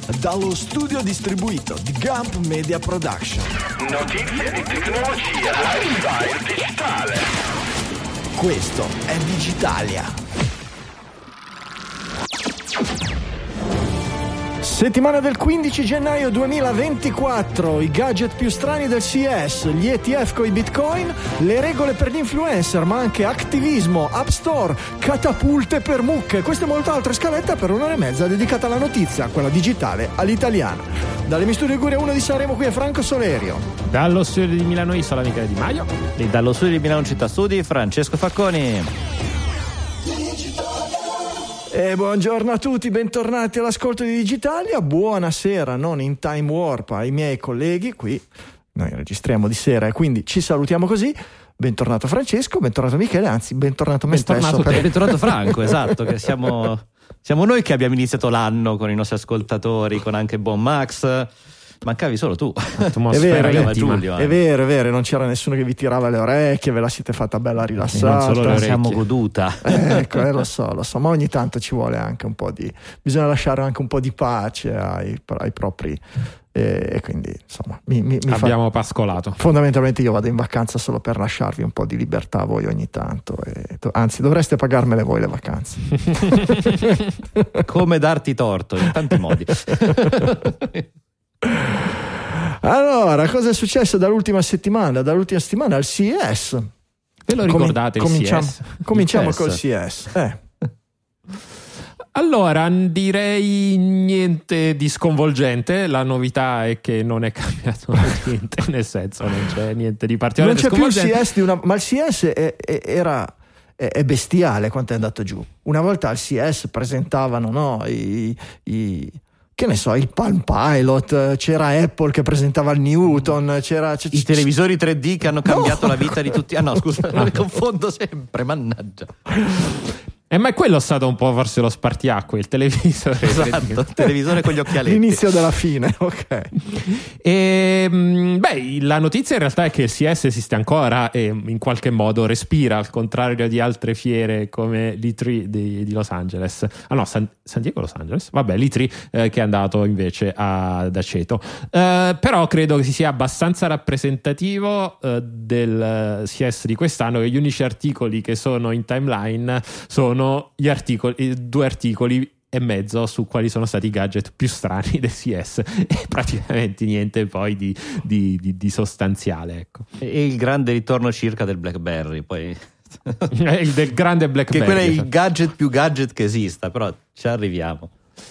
dallo studio distribuito di Gump Media Production. Notizie di tecnologia, lifestyle digitale. Questo è Digitalia. Settimana del 15 gennaio 2024, i gadget più strani del CES, gli ETF con i bitcoin, le regole per gli influencer, ma anche attivismo, App Store, catapulte per mucche. Questa e molta altra scaletta per un'ora e mezza dedicata alla notizia, quella digitale, all'italiana. Dalle Mi Studio Liguria 1 di Sanremo, qui è Franco Solerio. Dallo studio di Milano Isola, Michele Di Maio. E dallo studio di Milano Città Studi, Francesco Facconi. E buongiorno a tutti, bentornati all'ascolto di Digitalia. Buonasera, non in time warp, ai miei colleghi qui. Noi registriamo di sera e quindi ci salutiamo così. Bentornato Francesco, bentornato Michele, anzi bentornato me stesso. Bentornato Franco, esatto, che siamo noi che abbiamo iniziato l'anno con i nostri ascoltatori, con anche buon Max. Mancavi solo tu. È vero, non c'era nessuno che vi tirava le orecchie, ve la siete fatta bella rilassata. Non solo la siamo goduta. Ecco, lo so, ma ogni tanto ci vuole anche un po' di, bisogna lasciare anche un po' di pace ai propri, e quindi insomma abbiamo pascolato. Fondamentalmente io vado in vacanza solo per lasciarvi un po' di libertà a voi ogni tanto, anzi dovreste pagarmele voi le vacanze. Come darti torto in tanti modi. Allora, cosa è successo dall'ultima settimana? Dall'ultima settimana al CES. Ve lo ricordate il CES? Cominciamo col CES. Allora, direi niente di sconvolgente. La novità è che non è cambiato niente, nel senso non c'è niente di particolare. Non c'è più il CES ma il CES è bestiale quanto è andato giù. Una volta al CES presentavano, no, che ne so, il Palm Pilot, c'era Apple che presentava il Newton, i televisori 3D che hanno cambiato la vita di tutti. Ah no, scusa, mi confondo sempre, mannaggia. Ma quello è stato un po' forse lo spartiacque, il televisore. Esatto, il televisore con gli occhialetti. L'inizio della fine, ok. La notizia in realtà è che il CES esiste ancora e in qualche modo respira, al contrario di altre fiere come l'E3 di Los Angeles. Ah no, San Diego Los Angeles? Vabbè, l'E3 che è andato invece ad Aceto. Però credo che si sia abbastanza rappresentativo del CES di quest'anno, che gli unici articoli che sono in timeline sono gli articoli, 2 articoli e mezzo su quali sono stati i gadget più strani del CES e praticamente niente poi di sostanziale, ecco. E il grande ritorno circa del BlackBerry, poi del grande BlackBerry, che quello è il gadget più gadget che esista, però ci arriviamo.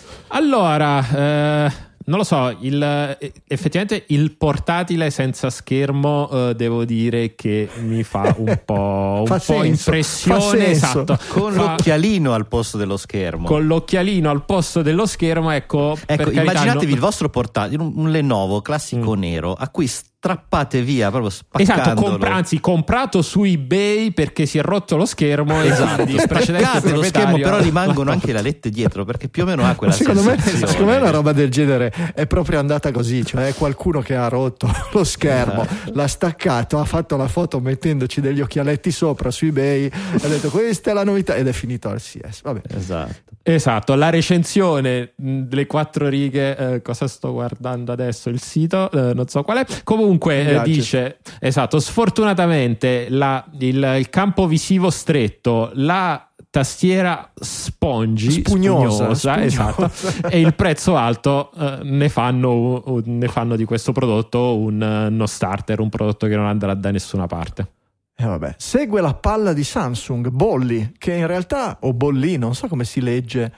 Allora, non lo so, effettivamente il portatile senza schermo devo dire che mi fa un po' impressione, esatto. Con l'occhialino al posto dello schermo. Con l'occhialino al posto dello schermo, ecco immaginatevi il vostro portatile, un Lenovo classico nero a cui strappate via proprio spaccandolo. Esatto, comprato su eBay perché si è rotto lo schermo. Esatto, spaccate lo schermo, però rimangono anche le alette dietro, perché più o meno ha quella secondo me una roba del genere è proprio andata così, cioè è qualcuno che ha rotto lo schermo, l'ha staccato, ha fatto la foto mettendoci degli occhialetti sopra su eBay, ha detto questa è la novità ed è finito al CES. Vabbè. Esatto, la recensione delle 4 righe, cosa sto guardando adesso, il sito, non so qual è. Comunque dice, esatto, sfortunatamente il campo visivo stretto, la tastiera spugnosa. Esatto, e il prezzo alto ne fanno di questo prodotto un non starter, un prodotto che non andrà da nessuna parte. Segue la palla di Samsung, Bolli, che in realtà, o Bolli, non so come si legge,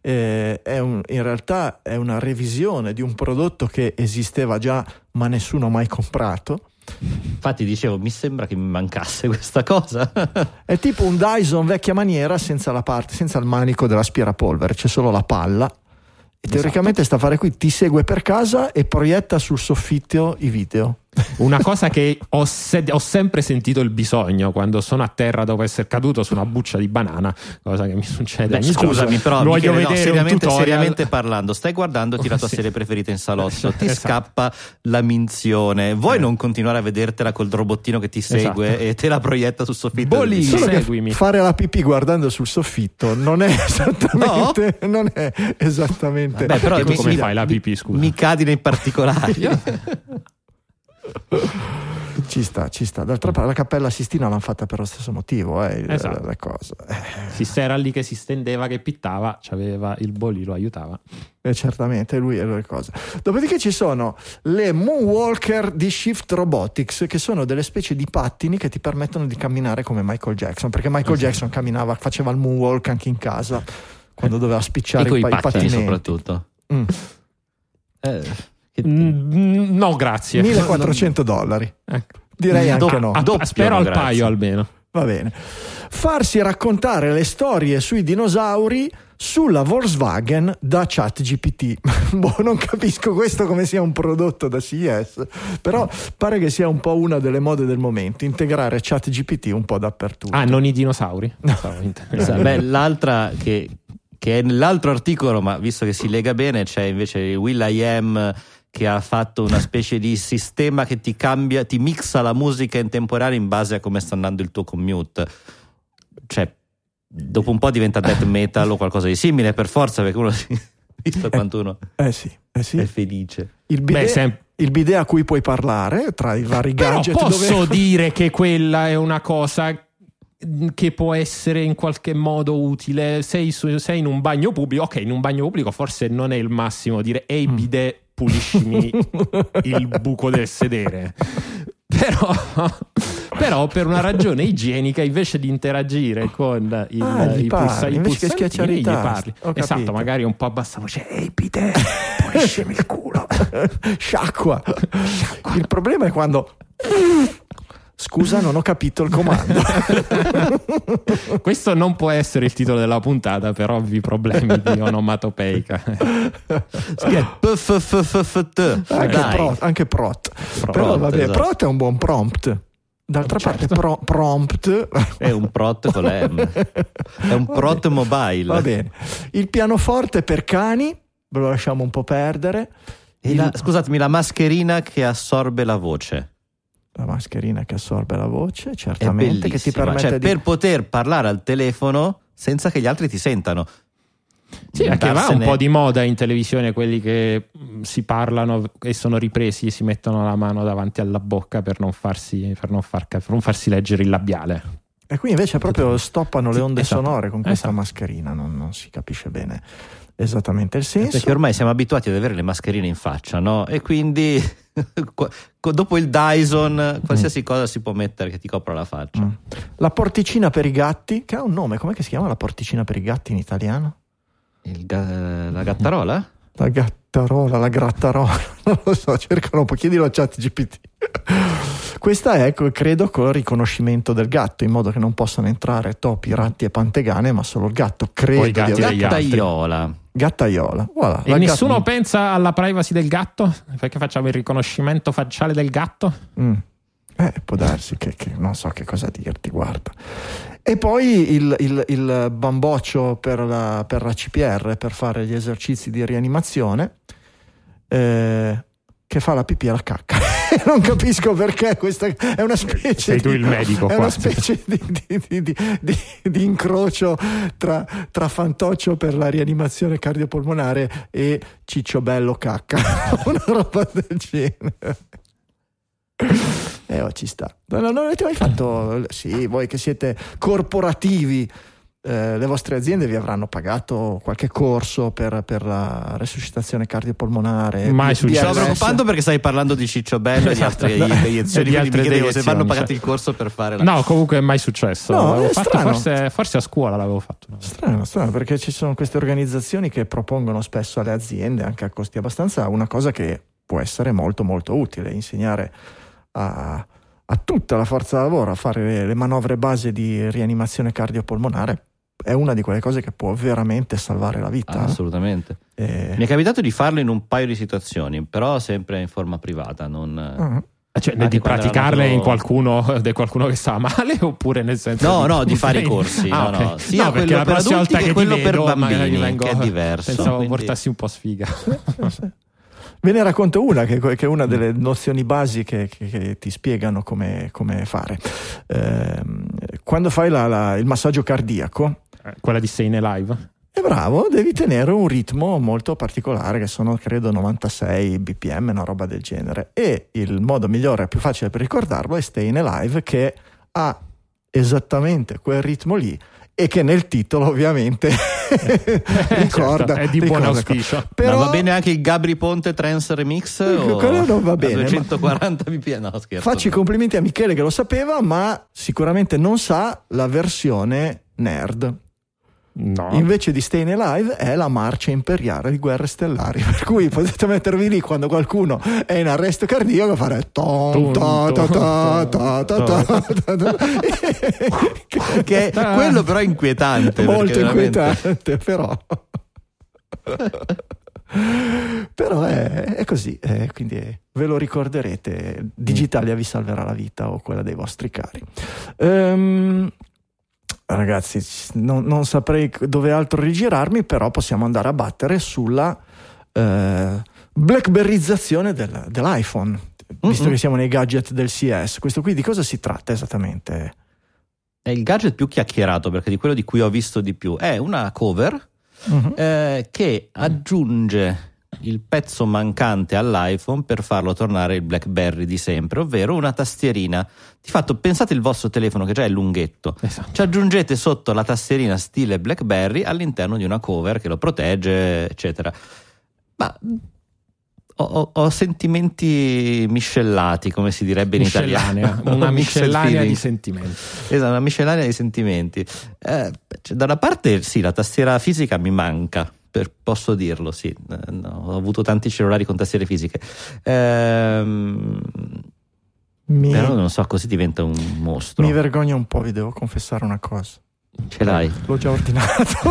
in realtà è una revisione di un prodotto che esisteva già ma nessuno ha mai comprato. Infatti dicevo, mi sembra che mi mancasse questa cosa. È tipo un Dyson vecchia maniera, senza il manico dell'aspirapolvere, c'è solo la palla. E teoricamente sta a fare qui, ti segue per casa e proietta sul soffitto i video. Una cosa che ho sempre sentito il bisogno quando sono a terra dopo essere caduto su una buccia di banana, cosa che mi succede ogni scusami giorno. però Voglio Michele, vedere seriamente parlando, stai guardandoti la tua serie preferita in salotto, ti scappa la minzione, vuoi non continuare a vedertela col robottino che ti segue e te la proietta sul soffitto? Solo che seguimi. fare la pipì guardando sul soffitto non è esattamente non è esattamente. Beh, però tu come fai la pipì, scusa? Mi cadi nei particolari. Ci sta. D'altra parte la Cappella Sistina l'hanno fatta per lo stesso motivo, esatto. la cosa. Si era lì che si stendeva, che pittava, c'aveva il bolì, lo aiutava. Certamente, lui è le cose. Dopodiché ci sono le Moonwalker di Shift Robotics, che sono delle specie di pattini che ti permettono di camminare come Michael Jackson, perché Michael Jackson camminava, faceva il moonwalk anche in casa quando doveva spicciare i pattinenti. Soprattutto. No, grazie. $1.400. Ecco. Direi anche no. Spero al grazie. paio almeno. Va bene. Farsi raccontare le storie sui dinosauri sulla Volkswagen da ChatGPT. Non capisco questo come sia un prodotto da CES, però pare che sia un po' una delle mode del momento, integrare ChatGPT un po' dappertutto. Ah, non i dinosauri? Beh, l'altra che è nell'altro articolo, ma visto che si lega bene, c'è invece will.i.am che ha fatto una specie di sistema che ti mixa la musica in tempo reale in base a come sta andando il tuo commute. Cioè, dopo un po' diventa death metal o qualcosa di simile, per forza, perché uno visto quanto uno sì. è felice. Il bidet a cui puoi parlare tra i vari gadget. Però posso dire che quella è una cosa che può essere in qualche modo utile. Sei in un bagno pubblico, ok, in un bagno pubblico forse non è il massimo dire ehi bidet, puliscimi il buco del sedere, però per una ragione igienica, invece di interagire con i pulsantini, gli parli. Esatto, magari un po' a bassa voce, ehi bidet, puliscimi il culo. Sciacqua. Il problema è quando scusa, non ho capito il comando. Questo non può essere il titolo della puntata per ovvi problemi di onomatopeica. Anche prot. Però vabbè, esatto. Prot è un buon prompt. D'altra parte prompt è un prot con la M. È un prot mobile. Va bene. Il pianoforte per cani ve lo lasciamo un po' perdere. Scusatemi, la mascherina che assorbe la voce. La mascherina che assorbe la voce, certamente, che ti permette per poter parlare al telefono senza che gli altri ti sentano. Sì, perché va un po' di moda in televisione quelli che si parlano e sono ripresi e si mettono la mano davanti alla bocca per non farsi leggere il labiale. E qui invece proprio stoppano le onde sonore con questa mascherina, non si capisce bene esattamente il senso. Perché ormai siamo abituati ad avere le mascherine in faccia, no? E quindi dopo il Dyson qualsiasi cosa si può mettere che ti copra la faccia. La porticina per i gatti, che ha un nome, com'è che si chiama la porticina per i gatti in italiano? La gattarola? La gattarola, la grattarola, non lo so, cercano un po', chiedilo a ChatGPT. Questa è, credo, con il riconoscimento del gatto, in modo che non possano entrare topi, ratti e pantegane, ma solo il gatto. Credo di gattaiola. Voilà, e nessuno pensa alla privacy del gatto? Perché facciamo il riconoscimento facciale del gatto? Può darsi che non so che cosa dirti, guarda. E poi il bamboccio per la CPR, per fare gli esercizi di rianimazione, che fa la pipì e la cacca. Non capisco perché, questa è una specie sei tu il medico, è una specie di incrocio tra fantoccio per la rianimazione cardiopolmonare e cicciobello cacca. Una roba del genere. Ci sta. Non avete mai fatto? Sì, voi che siete corporativi, le vostre aziende vi avranno pagato qualche corso per la resuscitazione cardiopolmonare? Mai Mi sto preoccupando perché stai parlando di cicciobello e di altre iniezioni. Mi chiedevo se vanno pagati il corso per fare no, comunque è mai successo. No, forse a scuola l'avevo fatto. Strano, perché ci sono queste organizzazioni che propongono spesso alle aziende, anche a costi abbastanza, una cosa che può essere molto molto utile: insegnare a tutta la forza lavoro a fare le manovre base di rianimazione cardiopolmonare. È una di quelle cose che può veramente salvare la vita. Assolutamente. Mi è capitato di farlo in un paio di situazioni, però sempre in forma privata. Cioè, di praticarle in qualcuno che sta male, oppure nel senso no, di fare i corsi. Okay. No, sia no, quello la per prossima adulti volta che che quello ti per vedo, bambini, che è diverso. Pensavo quindi portassi un po' sfiga. Ve ne racconto una che è una delle nozioni basi che ti spiegano come fare. Quando fai il massaggio cardiaco, quella di Staying Alive, è bravo, devi tenere un ritmo molto particolare, che sono credo 96 bpm, una roba del genere, e il modo migliore, più facile per ricordarlo, è Staying Alive, che ha esattamente quel ritmo lì e che nel titolo ovviamente ricorda, certo, è di buon auspicio. Però va bene anche il Gabri Ponte Trance Remix quello non va bene, 240 bpm. No, scherzo. Faccio i complimenti a Michele che lo sapeva, ma sicuramente non sa la versione nerd. No. Invece di Staying Alive è la marcia imperiale di Guerre Stellari, per cui potete mettervi lì quando qualcuno è in arresto cardiaco a fare che quello però è inquietante, molto veramente inquietante, però è così, quindi ve lo ricorderete. Digitalia vi salverà la vita, o quella dei vostri cari. Ragazzi, non saprei dove altro rigirarmi, però possiamo andare a battere sulla blackberryizzazione dell'iPhone, visto che siamo nei gadget del CES. Questo qui di cosa si tratta esattamente? È il gadget più chiacchierato, perché di quello di cui ho visto di più è una cover che aggiunge il pezzo mancante all'iPhone per farlo tornare il BlackBerry di sempre, ovvero una tastierina. Di fatto, pensate il vostro telefono che già è lunghetto, esatto, ci aggiungete sotto la tastierina stile BlackBerry all'interno di una cover che lo protegge, eccetera. Ma ho sentimenti miscellati, come si direbbe in italiano. Una miscellanea di sentimenti. Esatto, una miscellanea di sentimenti. Da una parte sì, la tastiera fisica mi manca, posso dirlo, sì, ho avuto tanti cellulari con tastiere fisiche, però non so, così diventa un mostro. Mi vergogno un po', vi devo confessare una cosa. Ce l'hai? L'ho già ordinato.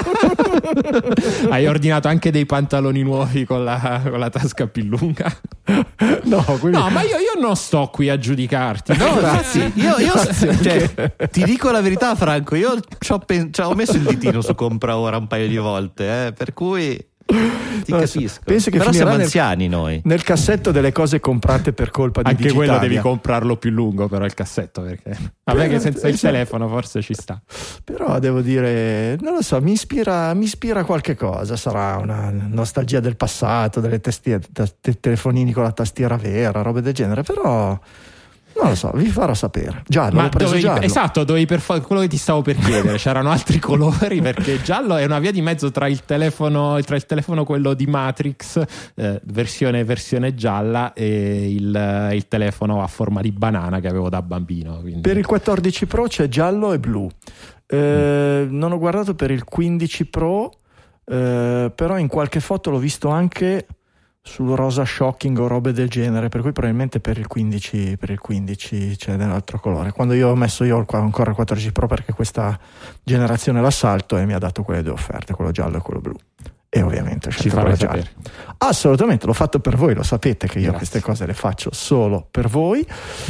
Hai ordinato anche dei pantaloni nuovi con la tasca più lunga? No, ma io non sto qui a giudicarti. No, grazie. Io ti dico la verità, Franco, io ho messo il ditino su compra ora un paio di volte, per cui ti capisco. Penso che però finirà siamo anziani noi. Nel cassetto delle cose comprate per colpa di anche Digitalia. quello devi comprarlo più lungo, però il cassetto, perché vabbè, che senza il telefono forse ci sta. Però devo dire, non lo so, mi ispira qualche cosa. Sarà una nostalgia del passato, delle telefonini con la tastiera vera, robe del genere, però non lo so, vi farò sapere. Giallo, l'ho preso giallo. Esatto, quello che ti stavo per chiedere. C'erano altri colori, perché giallo è una via di mezzo tra il telefono quello di Matrix, versione gialla, e il telefono a forma di banana che avevo da bambino. Quindi. Per il 14 Pro c'è giallo e blu. Non ho guardato per il 15 Pro, però in qualche foto l'ho visto anche sul rosa shocking o robe del genere, per cui probabilmente per il 15 c'è dell'altro colore. Quando io ho messo ancora il 14 Pro, perché questa generazione l'assalto, e mi ha dato quelle due offerte, quello giallo e quello blu, e ovviamente ci farò sapere. Assolutamente, l'ho fatto per voi, lo sapete che io queste cose le faccio solo per voi.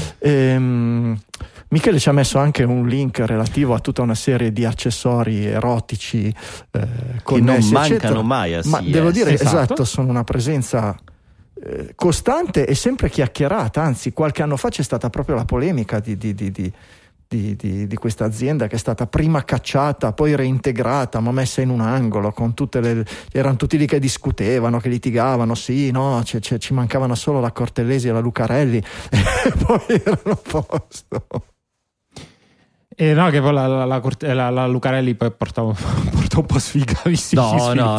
Michele ci ha messo anche un link relativo a tutta una serie di accessori erotici connessi, che non mancano eccetera. mai a CES. Ma devo dire, esatto, sono una presenza costante e sempre chiacchierata. Anzi, qualche anno fa c'è stata proprio la polemica di questa azienda, che è stata prima cacciata, poi reintegrata, ma messa in un angolo con erano tutti lì che discutevano, che litigavano, sì, no, ci mancavano solo la Cortellesi e la Lucarelli e poi erano a posto. No, che poi la Lucarelli poi porta un po' sfiga, visti no,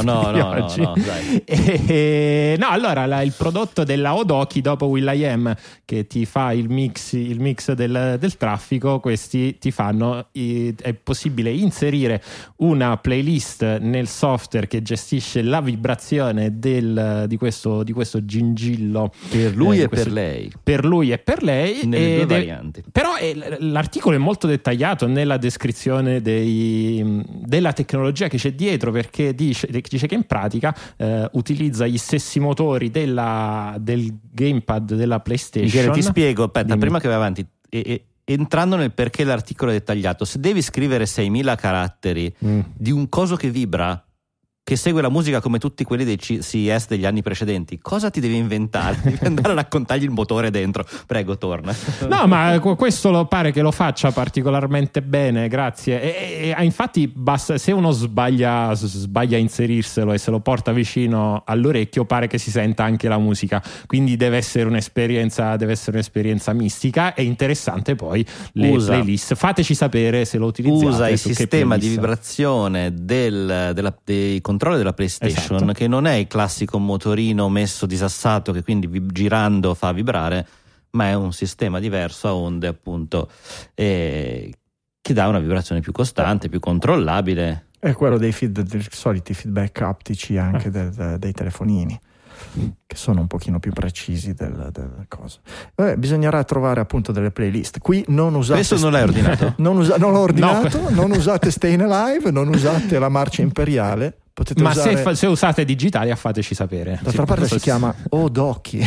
dai. No, allora il prodotto della Odoki, dopo will.i.am che ti fa il mix del traffico, questi ti fanno, è possibile inserire una playlist nel software che gestisce la vibrazione di questo gingillo per lui e per lei. Per lui e per lei, nelle due varianti. Però l'articolo è molto dettagliato nella descrizione della tecnologia tecnologia che c'è dietro, perché dice che in pratica utilizza gli stessi motori del gamepad della PlayStation. Michele, ti spiego, aspetta, Dimmi. prima che vai avanti, entrando nel perché l'articolo è dettagliato, se devi scrivere 6.000 caratteri di un coso che vibra, che segue la musica come tutti quelli dei CES degli anni precedenti, cosa ti devi inventare? Devi andare a raccontargli il motore dentro. Prego, torna. No, ma questo pare che lo faccia particolarmente bene, grazie. E infatti basta, se uno sbaglia a inserirselo e se lo porta vicino all'orecchio, pare che si senta anche la musica. Quindi deve essere un'esperienza mistica e interessante. Poi le playlist, fateci sapere se lo utilizzate. Usa il su che sistema di playlist. vibrazione dei controllo della PlayStation, Esatto. che non è il classico motorino messo disassato che quindi girando fa vibrare, ma è un sistema diverso a onde, appunto, che dà una vibrazione più costante, più controllabile. È quello dei soliti feedback aptici anche dei telefonini, che sono un pochino più precisi delle cose. Bisognerà trovare appunto delle playlist. Qui non usate. Questo non l'hai ordinato? Non l'ho ordinato. Non usate Stayin' Alive, non usate la marcia imperiale. Potete Ma usare... se usate digitali, fateci sapere. D'altra parte si chiama Odoki.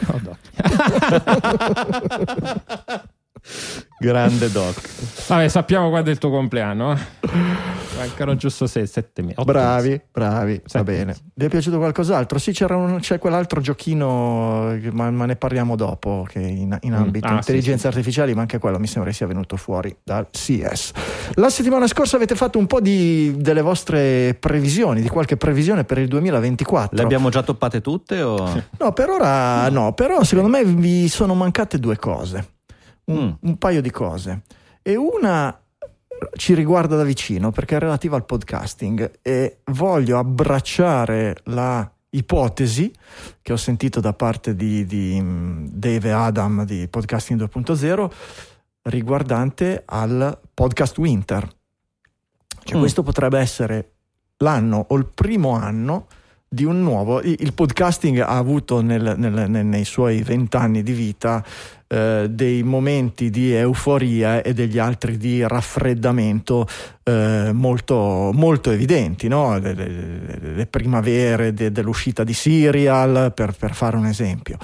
Grande Doc. Vabbè, sappiamo quando è il tuo compleanno. Mancano giusto 7 mesi. Bravi, va bene. Vi è piaciuto qualcos'altro? Sì, c'è quell'altro giochino, ma ne parliamo dopo, che in ambito intelligenza artificiale, ma anche quello mi sembra sia venuto fuori dal CES. La settimana scorsa avete fatto un po' delle vostre previsioni, di qualche previsione per il 2024. Le abbiamo già toppate tutte o? No, per ora no, però secondo me vi sono mancate due cose. Un paio di cose, e una ci riguarda da vicino perché è relativa al podcasting, e voglio abbracciare la ipotesi che ho sentito da parte di Dave e Adam di Podcasting 2.0 riguardante al podcast winter. Cioè, questo potrebbe essere l'anno o il primo anno di un nuovo. Il podcasting ha avuto nei suoi 20 anni di vita dei momenti di euforia e degli altri di raffreddamento molto, molto evidenti, no? Le primavere dell'uscita di Serial, per fare un esempio.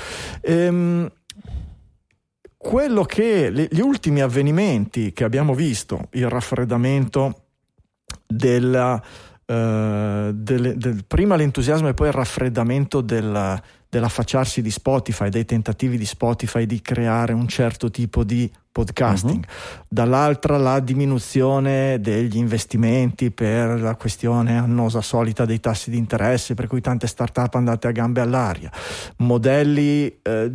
Quello che gli ultimi avvenimenti che abbiamo visto, il raffreddamento prima l'entusiasmo e poi il raffreddamento dell'affacciarsi di Spotify, dei tentativi di Spotify di creare un certo tipo di podcasting, dall'altra la diminuzione degli investimenti per la questione annosa solita dei tassi di interesse, per cui tante start-up andate a gambe all'aria, modelli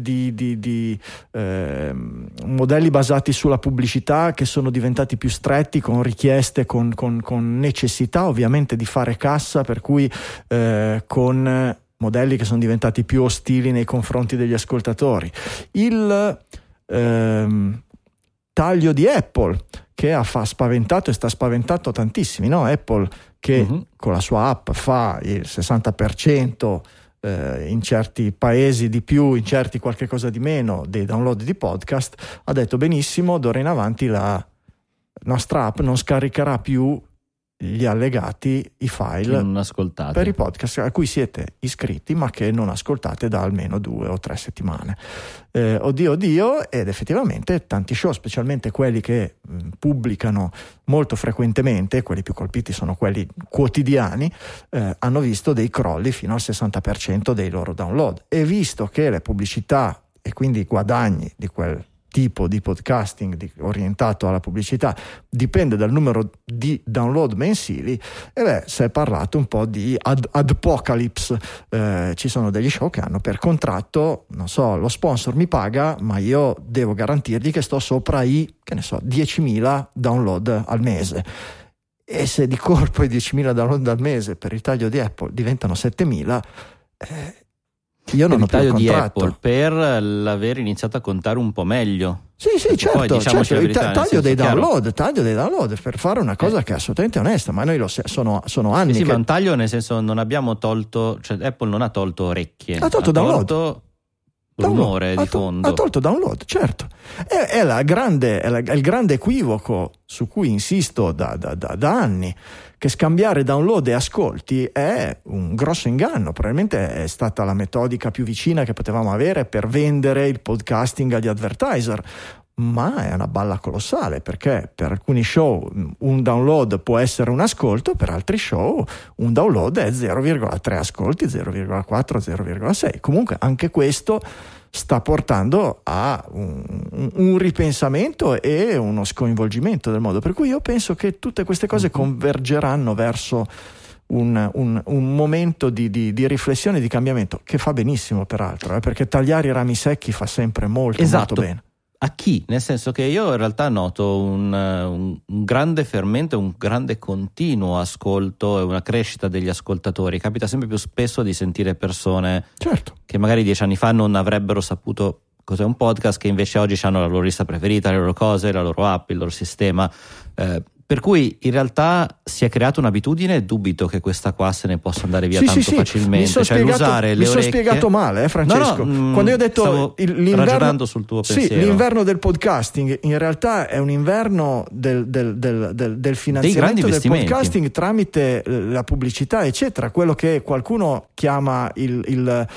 modelli basati sulla pubblicità che sono diventati più stretti, con richieste, con necessità ovviamente di fare cassa, per cui con modelli che sono diventati più ostili nei confronti degli ascoltatori. Il taglio di Apple, che ha spaventato e sta spaventando tantissimi, no? Apple che con la sua app fa il 60% in certi paesi di più, in certi qualche cosa di meno dei download di podcast, ha detto benissimo, d'ora in avanti la nostra app non scaricherà più gli allegati, i file non ascoltate per i podcast a cui siete iscritti ma che non ascoltate da almeno 2 o 3 settimane. Oddio, ed effettivamente tanti show, specialmente quelli che pubblicano molto frequentemente, quelli più colpiti sono quelli quotidiani, hanno visto dei crolli fino al 60% dei loro download, e visto che le pubblicità e quindi i guadagni di quel tipo di podcasting orientato alla pubblicità dipende dal numero di download mensili, si è parlato un po' di adpocalypse. Ci sono degli show che hanno per contratto, non so, lo sponsor mi paga, ma io devo garantirgli che sto sopra i 10.000 download al mese. E se di colpo i 10.000 download al mese per il taglio di Apple diventano 7.000, io non ho più il taglio di contratto. Apple per l'aver iniziato a contare un po' meglio. Sì, certo, poi, diciamoci la verità, taglio dei download per fare una cosa che è assolutamente onesta, ma noi sono anni sì, che... ma un taglio nel senso non abbiamo tolto, cioè Apple non ha tolto orecchie, ha tolto download. rumore di fondo. Ha tolto download, certo. È il grande equivoco su cui insisto da anni, che scambiare download e ascolti è un grosso inganno. Probabilmente è stata la metodica più vicina che potevamo avere per vendere il podcasting agli advertiser, ma è una balla colossale, perché per alcuni show un download può essere un ascolto, per altri show un download è 0,3 ascolti, 0,4, 0,6. Comunque anche questo sta portando a un ripensamento e uno sconvolgimento del modo, per cui io penso che tutte queste cose convergeranno verso un momento di riflessione e di cambiamento, che fa benissimo peraltro, perché tagliare i rami secchi fa sempre molto molto bene. A chi? Nel senso che io in realtà noto un grande fermento, un grande continuo ascolto e una crescita degli ascoltatori. Capita sempre più spesso di sentire persone che magari 10 anni fa non avrebbero saputo cos'è un podcast, che invece oggi hanno la loro lista preferita, le loro cose, la loro app, il loro sistema. Per cui in realtà si è creata un'abitudine e dubito che questa qua se ne possa andare via tanto facilmente. Mi sono spiegato male, Francesco. Quando io ho detto ragionando sul tuo pensiero. L'inverno del podcasting in realtà è un inverno del finanziamento del podcasting tramite la pubblicità, eccetera. Quello che qualcuno chiama il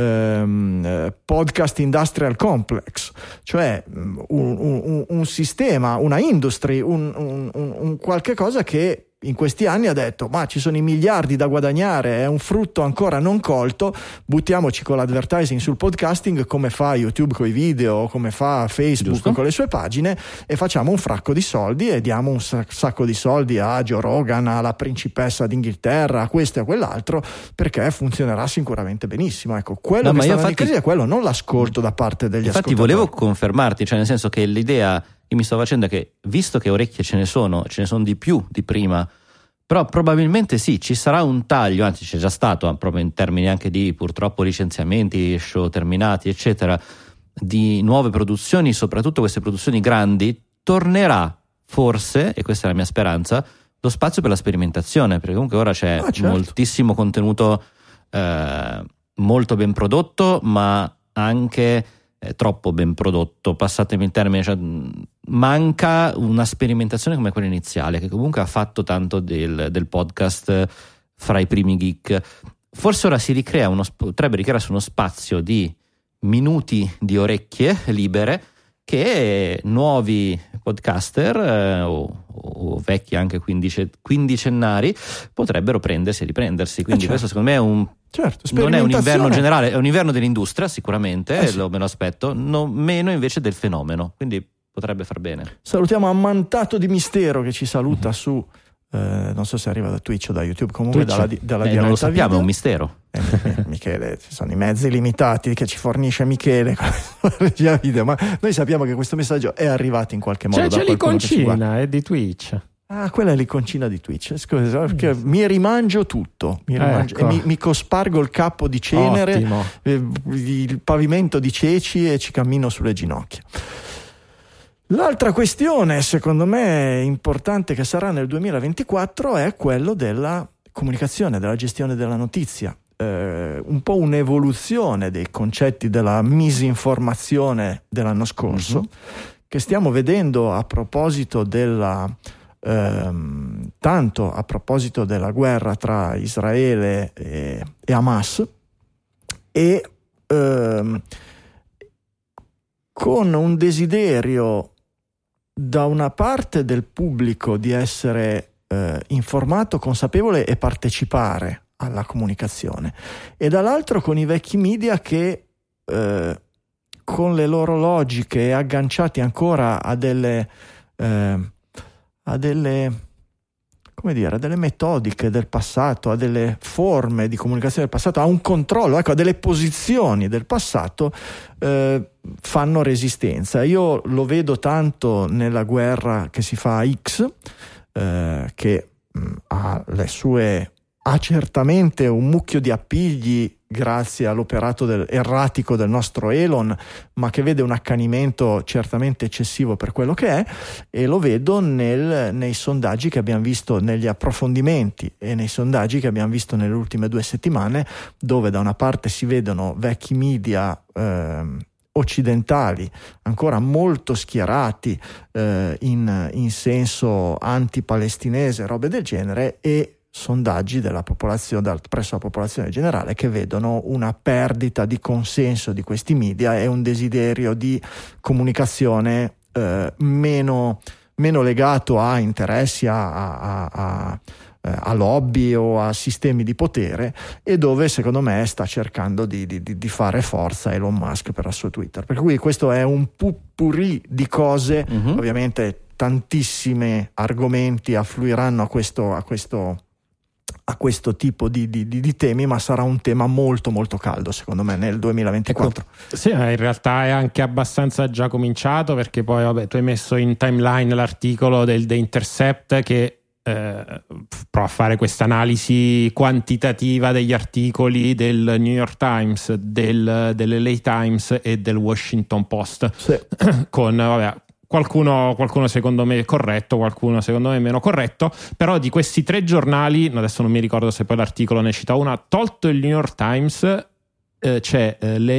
podcast industrial complex, cioè un sistema, una industry, un qualche cosa che in questi anni ha detto: ma ci sono i miliardi da guadagnare, è un frutto ancora non colto, buttiamoci con l'advertising sul podcasting, come fa YouTube con i video, come fa Facebook con le sue pagine, e facciamo un fracco di soldi e diamo un sacco di soldi a Joe Rogan, alla principessa d'Inghilterra, a questo e a quell'altro, perché funzionerà sicuramente benissimo. Ecco, quello che sta in crisi è quello, non l'ascolto da parte degli ascoltatori. Infatti volevo confermarti, cioè nel senso che l'idea che mi sto facendo è che, visto che orecchie ce ne sono di più di prima, però probabilmente sì, ci sarà un taglio, anzi c'è già stato, proprio in termini anche di purtroppo licenziamenti, show terminati eccetera, di nuove produzioni, soprattutto queste produzioni grandi. Tornerà forse, e questa è la mia speranza, lo spazio per la sperimentazione, perché comunque ora c'è moltissimo contenuto molto ben prodotto, ma anche troppo ben prodotto, passatemi il termine, cioè manca una sperimentazione come quella iniziale, che comunque ha fatto tanto del podcast fra i primi geek. Forse ora si ricrea potrebbe ricrearsi uno spazio di minuti di orecchie libere che nuovi podcaster o vecchi anche quindicennari potrebbero prendersi e riprendersi. Quindi questo secondo me è non è un inverno generale, è un inverno dell'industria sicuramente, me lo aspetto, meno invece del fenomeno, quindi potrebbe far bene. Salutiamo Ammantato di Mistero che ci saluta su non so se arriva da Twitch o da YouTube, comunque dalla diretta non lo sappiamo, video. È un mistero. Michele, ci sono i mezzi limitati che ci fornisce Michele con la regia video, ma noi sappiamo che questo messaggio è arrivato in qualche modo da qualcuno che ci guarda. È di Twitch. Ah, quella è l'iconcina di Twitch. Scusa, perché mi rimangio tutto. Mi cospargo il capo di cenere, il pavimento di ceci e ci cammino sulle ginocchia. L'altra questione, secondo me, importante che sarà nel 2024 è quello della comunicazione, della gestione della notizia. Un po' un'evoluzione dei concetti della misinformazione dell'anno scorso, che stiamo vedendo a proposito tanto a proposito della guerra tra Israele e Hamas, e con un desiderio da una parte del pubblico di essere informato, consapevole e partecipare alla comunicazione, e dall'altro con i vecchi media che con le loro logiche, agganciati ancora a delle metodiche del passato, a delle forme di comunicazione del passato, a un controllo, a delle posizioni del passato, fanno resistenza. Io lo vedo tanto nella guerra che si fa a X, che ha certamente un mucchio di appigli grazie all'operato erratico del nostro Elon, ma che vede un accanimento certamente eccessivo per quello che è, e lo vedo nei sondaggi che abbiamo visto, negli approfondimenti e nei sondaggi che abbiamo visto nelle ultime 2 settimane, dove da una parte si vedono vecchi media occidentali ancora molto schierati in senso anti-palestinese, robe del genere, e sondaggi della popolazione, presso la popolazione generale, che vedono una perdita di consenso di questi media e un desiderio di comunicazione meno legato a interessi, a lobby o a sistemi di potere, e dove secondo me sta cercando di fare forza Elon Musk per il suo Twitter. Per cui questo è un pupurri di cose. Ovviamente tantissimi argomenti affluiranno a questo tipo di temi, ma sarà un tema molto molto caldo secondo me nel 2024. Ecco, sì, in realtà è anche abbastanza già cominciato, perché poi tu hai messo in timeline l'articolo del The Intercept che prova a fare questa analisi quantitativa degli articoli del New York Times, dell'LA Times e del Washington Post, sì. Con qualcuno secondo me corretto, qualcuno secondo me meno corretto, però di questi 3 giornali, adesso non mi ricordo se poi l'articolo ne cita una, tolto il New York Times, c'è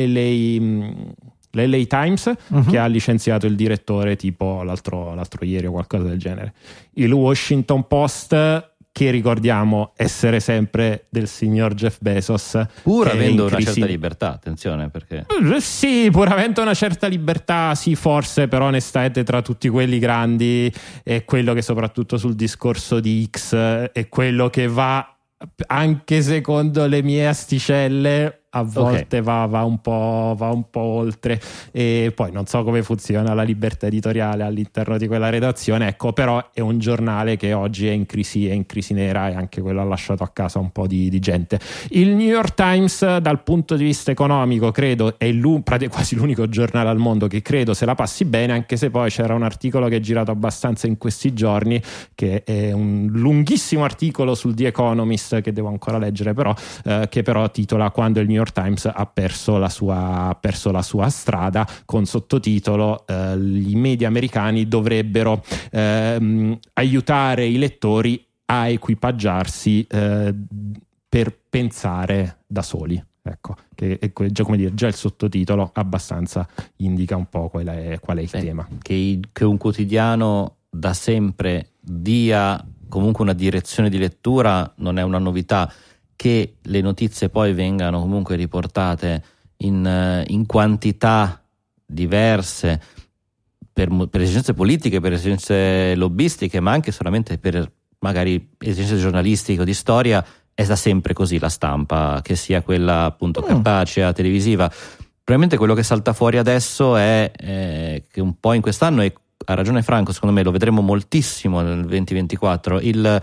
l'LA Times che ha licenziato il direttore tipo l'altro ieri o qualcosa del genere, il Washington Post, che ricordiamo essere sempre del signor Jeff Bezos, pur avendo una certa libertà, attenzione, perché sì, pur avendo una certa libertà, sì, forse, però onestamente tra tutti quelli grandi è quello che soprattutto sul discorso di X è quello che va, anche secondo le mie asticelle, a volte va un po' oltre, e poi non so come funziona la libertà editoriale all'interno di quella redazione, ecco, però è un giornale che oggi è in crisi nera, e anche quello ha lasciato a casa un po' di gente. Il New York Times dal punto di vista economico credo è quasi l'unico giornale al mondo che credo se la passi bene, anche se poi c'era un articolo che è girato abbastanza in questi giorni, che è un lunghissimo articolo sul The Economist che devo ancora leggere, che però titola "Quando il New York Times ha perso la sua strada", con sottotitolo "I media americani dovrebbero aiutare i lettori a equipaggiarsi per pensare da soli". Ecco, che già il sottotitolo abbastanza indica un po' qual è il tema. Che un quotidiano da sempre dia comunque una direzione di lettura non è una novità. Che le notizie poi vengano comunque riportate in quantità diverse per esigenze politiche, per esigenze lobbistiche, ma anche solamente per magari esigenze giornalistiche o di storia, è da sempre così la stampa, che sia quella appunto cartacea, televisiva. Probabilmente quello che salta fuori adesso è che un po' in quest'anno, e ha ragione Franco, secondo me lo vedremo moltissimo nel 2024,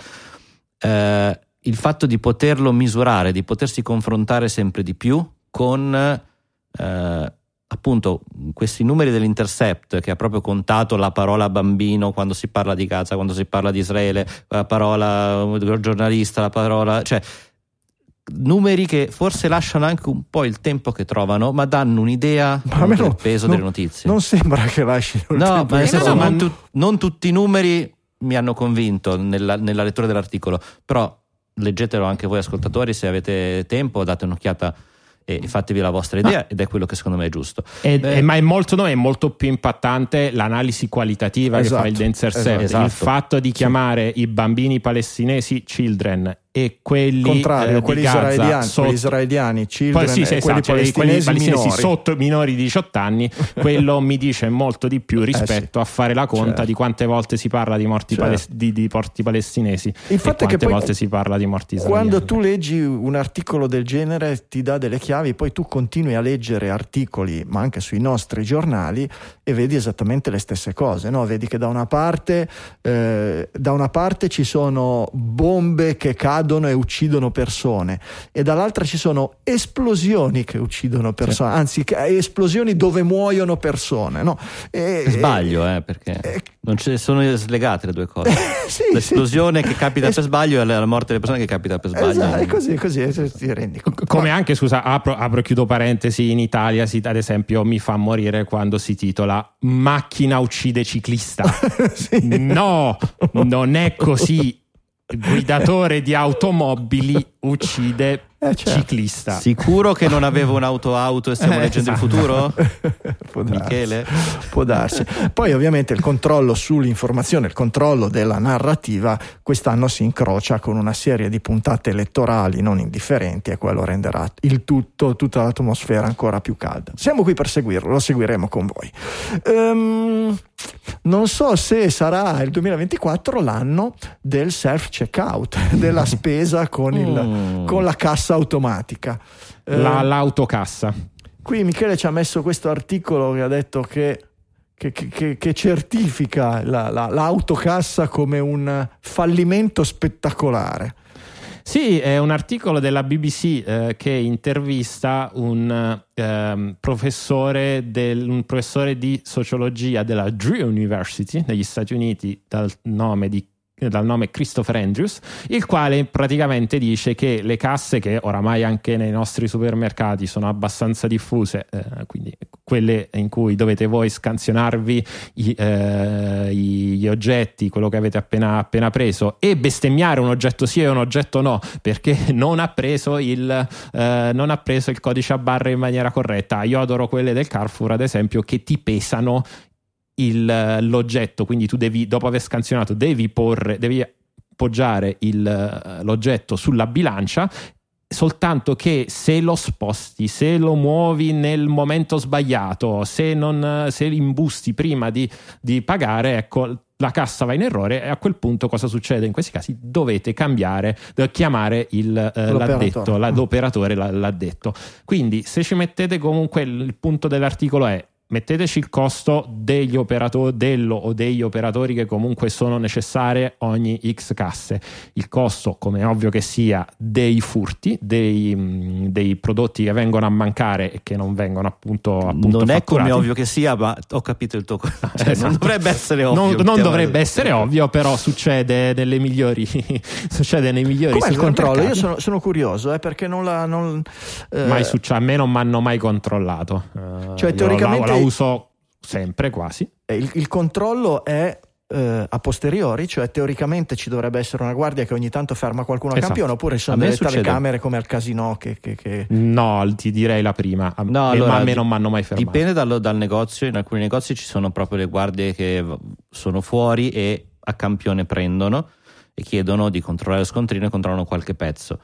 il fatto di poterlo misurare, di potersi confrontare sempre di più con appunto questi numeri dell'Intercept, che ha proprio contato la parola bambino quando si parla di Gaza, quando si parla di Israele, la parola giornalista, la parola, cioè numeri che forse lasciano anche un po' il tempo che trovano, ma danno un'idea del peso delle notizie. Non sembra che lasciano il tempo. Ma nel senso, non tutti i numeri mi hanno convinto nella lettura dell'articolo, però leggetelo anche voi ascoltatori, se avete tempo, date un'occhiata e fatevi la vostra idea, ed è quello che secondo me è giusto. Ma è molto più impattante l'analisi qualitativa che fa il The Intercept. Esatto. Il fatto di chiamare i bambini palestinesi children e quelli quelli israeliani children, poi quelli palestinesi sotto minori di 18 anni, quello mi dice molto di più rispetto a fare la conta di quante volte si parla di morti di morti palestinesi e quante volte si parla di morti israeliani. Quando tu leggi un articolo del genere ti dà delle chiavi, poi tu continui a leggere articoli, ma anche sui nostri giornali, e vedi esattamente le stesse cose, no? Vedi che da una parte ci sono bombe che cadono e uccidono persone, e dall'altra ci sono esplosioni che uccidono persone, anzi esplosioni dove muoiono persone, no? Sbaglio, perché non ce sono slegate le due cose. L'esplosione che capita per sbaglio e la morte delle persone che capita per sbaglio. Esatto, così ti rendi conto. Come anche, scusa, apro e chiudo parentesi, in Italia ad esempio mi fa morire quando si titola "Macchina uccide ciclista". No, non è così. guidatore di automobili uccide certo. ciclista. Sicuro che non avevo un'auto e stiamo leggendo esatto. il futuro? Può darsi. Michele? Può darsi. Poi ovviamente il controllo sull'informazione, il controllo della narrativa quest'anno si incrocia con una serie di puntate elettorali non indifferenti e quello renderà il tutta l'atmosfera ancora più calda. Siamo qui per seguirlo, lo seguiremo con voi. Non so se sarà il 2024 l'anno del self-checkout, della spesa con la cassa automatica. L'autocassa. Qui Michele ci ha messo questo articolo che ha detto che certifica l'autocassa come un fallimento spettacolare. Sì, è un articolo della BBC che intervista un professore di sociologia della Drew University negli Stati Uniti dal nome Christopher Andrews, il quale praticamente dice che le casse, che oramai anche nei nostri supermercati sono abbastanza diffuse, quindi quelle in cui dovete voi scansionarvi gli oggetti, quello che avete appena preso, e bestemmiare un oggetto sì e un oggetto no, perché non ha preso il codice a barre in maniera corretta. Io adoro quelle del Carrefour, ad esempio, che ti pesano l'oggetto, quindi tu devi, dopo aver scansionato, devi poggiare l'oggetto sulla bilancia, soltanto che se lo sposti, se lo muovi nel momento sbagliato, se imbusti prima di pagare, ecco, la cassa va in errore, e a quel punto cosa succede? In questi casi dovete chiamare l'operatore, l'addetto. Quindi se ci mettete, comunque il punto dell'articolo è: metteteci il costo degli operatori che comunque sono necessarie ogni X casse, il costo, come è ovvio che sia, dei furti, dei prodotti che vengono a mancare e che non vengono appunto non fatturati. È come ovvio che sia, ma ho capito il tuo esatto. Non dovrebbe essere ovvio, non dovrebbe essere ovvio, però succede nei migliori com'è il controllo? Io sono curioso, perché mai a me non mi hanno mai controllato, cioè teoricamente la uso sempre quasi. Il controllo è a posteriori, cioè teoricamente ci dovrebbe essere una guardia che ogni tanto ferma qualcuno a campione, oppure ci sono delle telecamere come al casino che... No, ti direi la prima. Ma a me non mi hanno mai fermato. Dipende dal negozio. In alcuni negozi ci sono proprio le guardie che sono fuori e a campione prendono e chiedono di controllare lo scontrino e controllano qualche pezzo.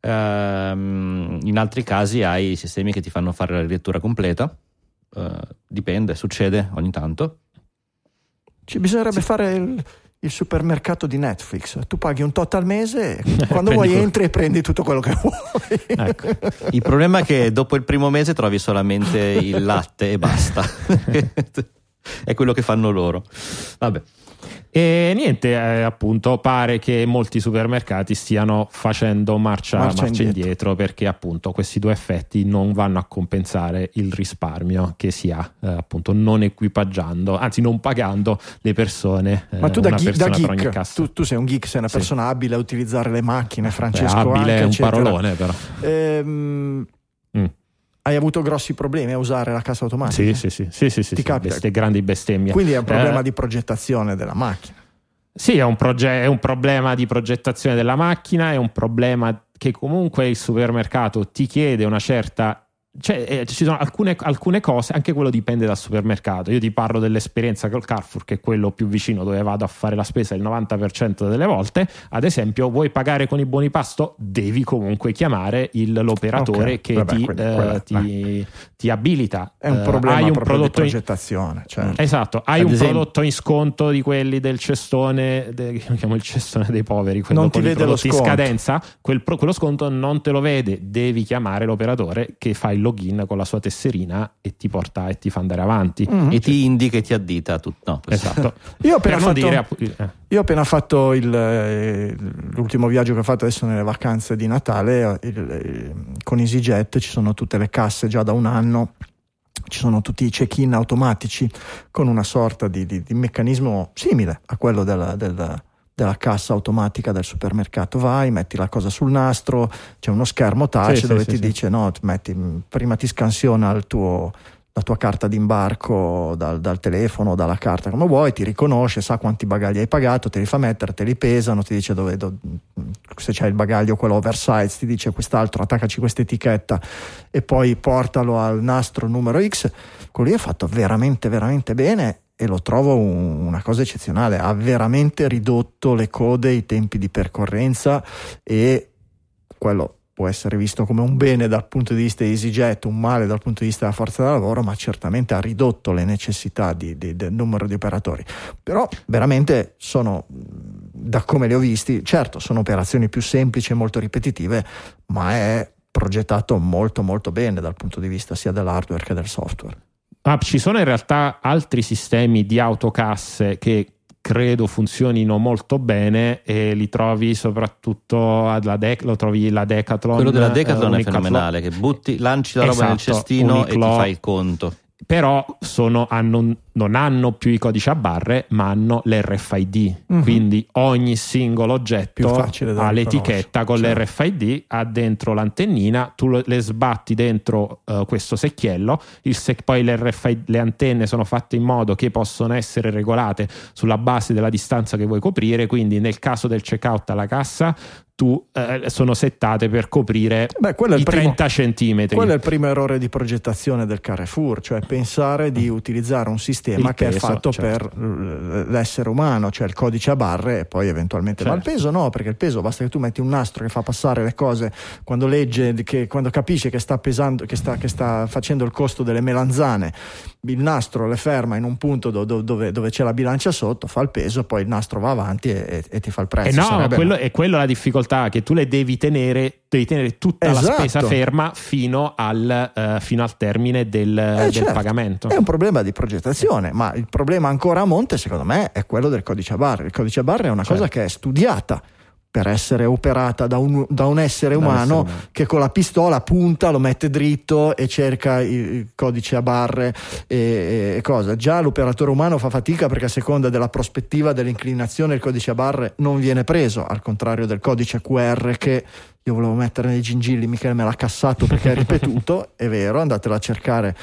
In altri casi hai sistemi che ti fanno fare la rilettura completa. Dipende, succede ogni tanto. Ci bisognerebbe fare il supermercato di Netflix. Tu paghi un tot al mese, quando vuoi entri e prendi tutto quello che vuoi. Ecco. Il problema è che dopo il primo mese trovi solamente il latte e basta. È quello che fanno loro. Vabbè. E niente, appunto pare che molti supermercati stiano facendo marcia indietro, perché appunto questi due effetti non vanno a compensare il risparmio che si ha appunto non equipaggiando, anzi non pagando le persone. Ma tu da geek, per ogni cassa. Tu sei un geek, sei una persona abile a utilizzare le macchine, Francesco. Abile anche, è un eccetera. parolone, però. Hai avuto grossi problemi a usare la cassa automatica? Sì. Ti capita? Queste grandi bestemmie. Quindi è un problema di progettazione della macchina. Sì, è un problema di progettazione della macchina, è un problema che comunque il supermercato ti chiede una certa... Cioè, ci sono alcune cose, anche quello dipende dal supermercato. Io ti parlo dell'esperienza col Carrefour, che è quello più vicino dove vado a fare la spesa il 90% delle volte. Ad esempio, vuoi pagare con i buoni pasto, devi comunque chiamare l'operatore che ti abilita. È un problema hai un proprio prodotto di progettazione, certo. Esatto, hai un prodotto in sconto di quelli del cestone, io chiamo il cestone dei poveri, quello non con ti i vede prodotti lo in sconto. scadenza, quello sconto non te lo vede, devi chiamare l'operatore che fa il login con la sua tesserina e ti porta e ti fa andare avanti e ti indica e ti addita tutto. No, esatto. Io ho appena fatto l'ultimo viaggio che ho fatto adesso nelle vacanze di Natale con EasyJet. Ci sono tutte le casse già da un anno, ci sono tutti i check-in automatici con una sorta di meccanismo simile a quello della cassa automatica del supermercato. Vai, metti la cosa sul nastro, c'è uno schermo touch dove ti dice no, prima ti scansiona la tua carta d'imbarco dal telefono, dalla carta, come vuoi, ti riconosce, sa quanti bagagli hai pagato, te li fa mettere, te li pesano, ti dice se c'hai il bagaglio quello oversize, ti dice quest'altro, attaccaci questa etichetta e poi portalo al nastro numero X. Quello lì è fatto veramente veramente bene e lo trovo una cosa eccezionale. Ha veramente ridotto le code, i tempi di percorrenza, e quello può essere visto come un bene dal punto di vista di EasyJet, un male dal punto di vista della forza da lavoro, ma certamente ha ridotto le necessità del numero di operatori. Però veramente sono, da come li ho visti, certo sono operazioni più semplici e molto ripetitive, ma è progettato molto molto bene dal punto di vista sia dell'hardware che del software. Ci sono in realtà altri sistemi di autocasse che credo funzionino molto bene, e li trovi soprattutto lo trovi la Decathlon. Quello della Decathlon è fenomenale, che lanci la roba nel cestino Uniqlo, e ti fai il conto. Però non hanno più i codici a barre, ma hanno l'RFID, quindi ogni singolo oggetto ha l'etichetta con l'RFID, ha dentro l'antennina, tu le sbatti dentro questo secchiello, poi le antenne sono fatte in modo che possono essere regolate sulla base della distanza che vuoi coprire, quindi nel caso del checkout alla cassa sono settate per coprire i 30 centimetri. Quello è il primo errore di progettazione del Carrefour, cioè pensare di utilizzare un sistema che è fatto per l'essere umano, cioè il codice a barre e poi eventualmente va il peso. No, perché il peso basta che tu metti un nastro che fa passare le cose quando legge, quando capisce che sta pesando, che sta facendo il costo delle melanzane, il nastro le ferma in un punto dove c'è la bilancia sotto, fa il peso, poi il nastro va avanti e ti fa il prezzo. È quello la difficoltà, che tu devi tenere tutta la spesa ferma fino al termine del pagamento. È un problema di progettazione, ma il problema ancora a monte secondo me è quello del codice a barre. Il codice a barre è una cosa che è studiata per essere operata da un essere umano che con la pistola punta, lo mette dritto e cerca il codice a barre e cosa. Già l'operatore umano fa fatica perché a seconda della prospettiva, dell'inclinazione, il codice a barre non viene preso, al contrario del codice QR che io volevo mettere nei gingilli, Michele me l'ha cassato perché è ripetuto. È vero, andatelo a cercare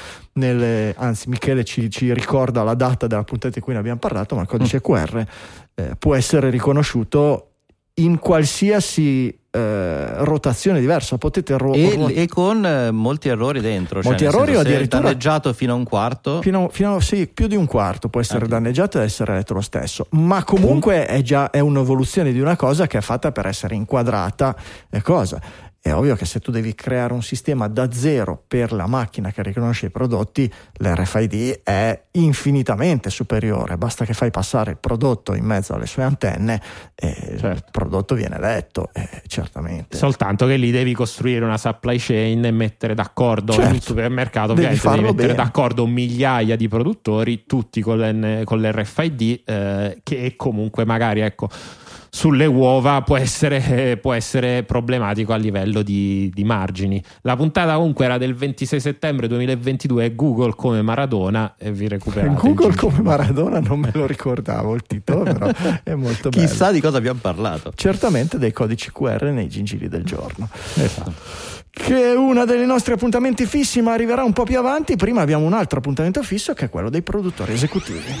anzi Michele ci ricorda la data della puntata di cui ne abbiamo parlato, ma il codice QR può essere riconosciuto in qualsiasi rotazione diversa, potete e con molti errori dentro, molti errori, o addirittura danneggiato fino a un quarto, sì, più di un quarto può essere danneggiato e essere letto lo stesso, ma comunque è un'evoluzione di una cosa che è fatta per essere inquadrata e cosa. È ovvio che se tu devi creare un sistema da zero per la macchina che riconosce i prodotti, l'RFID è infinitamente superiore. Basta che fai passare il prodotto in mezzo alle sue antenne e il prodotto viene letto, certamente. Soltanto che lì devi costruire una supply chain e mettere d'accordo in un supermercato, ovviamente devi mettere d'accordo migliaia di produttori, tutti con l'RFID, che comunque magari sulle uova può essere problematico a livello di margini. La puntata comunque era del 26 settembre 2022, Google come Maradona, e vi recuperate. Google come Maradona non me lo ricordavo il titolo, però è molto bello. Chissà di cosa abbiamo parlato. Certamente dei codici QR nei gingilli del giorno. Che è uno dei nostri appuntamenti fissi, ma arriverà un po' più avanti. Prima abbiamo un altro appuntamento fisso che è quello dei produttori esecutivi.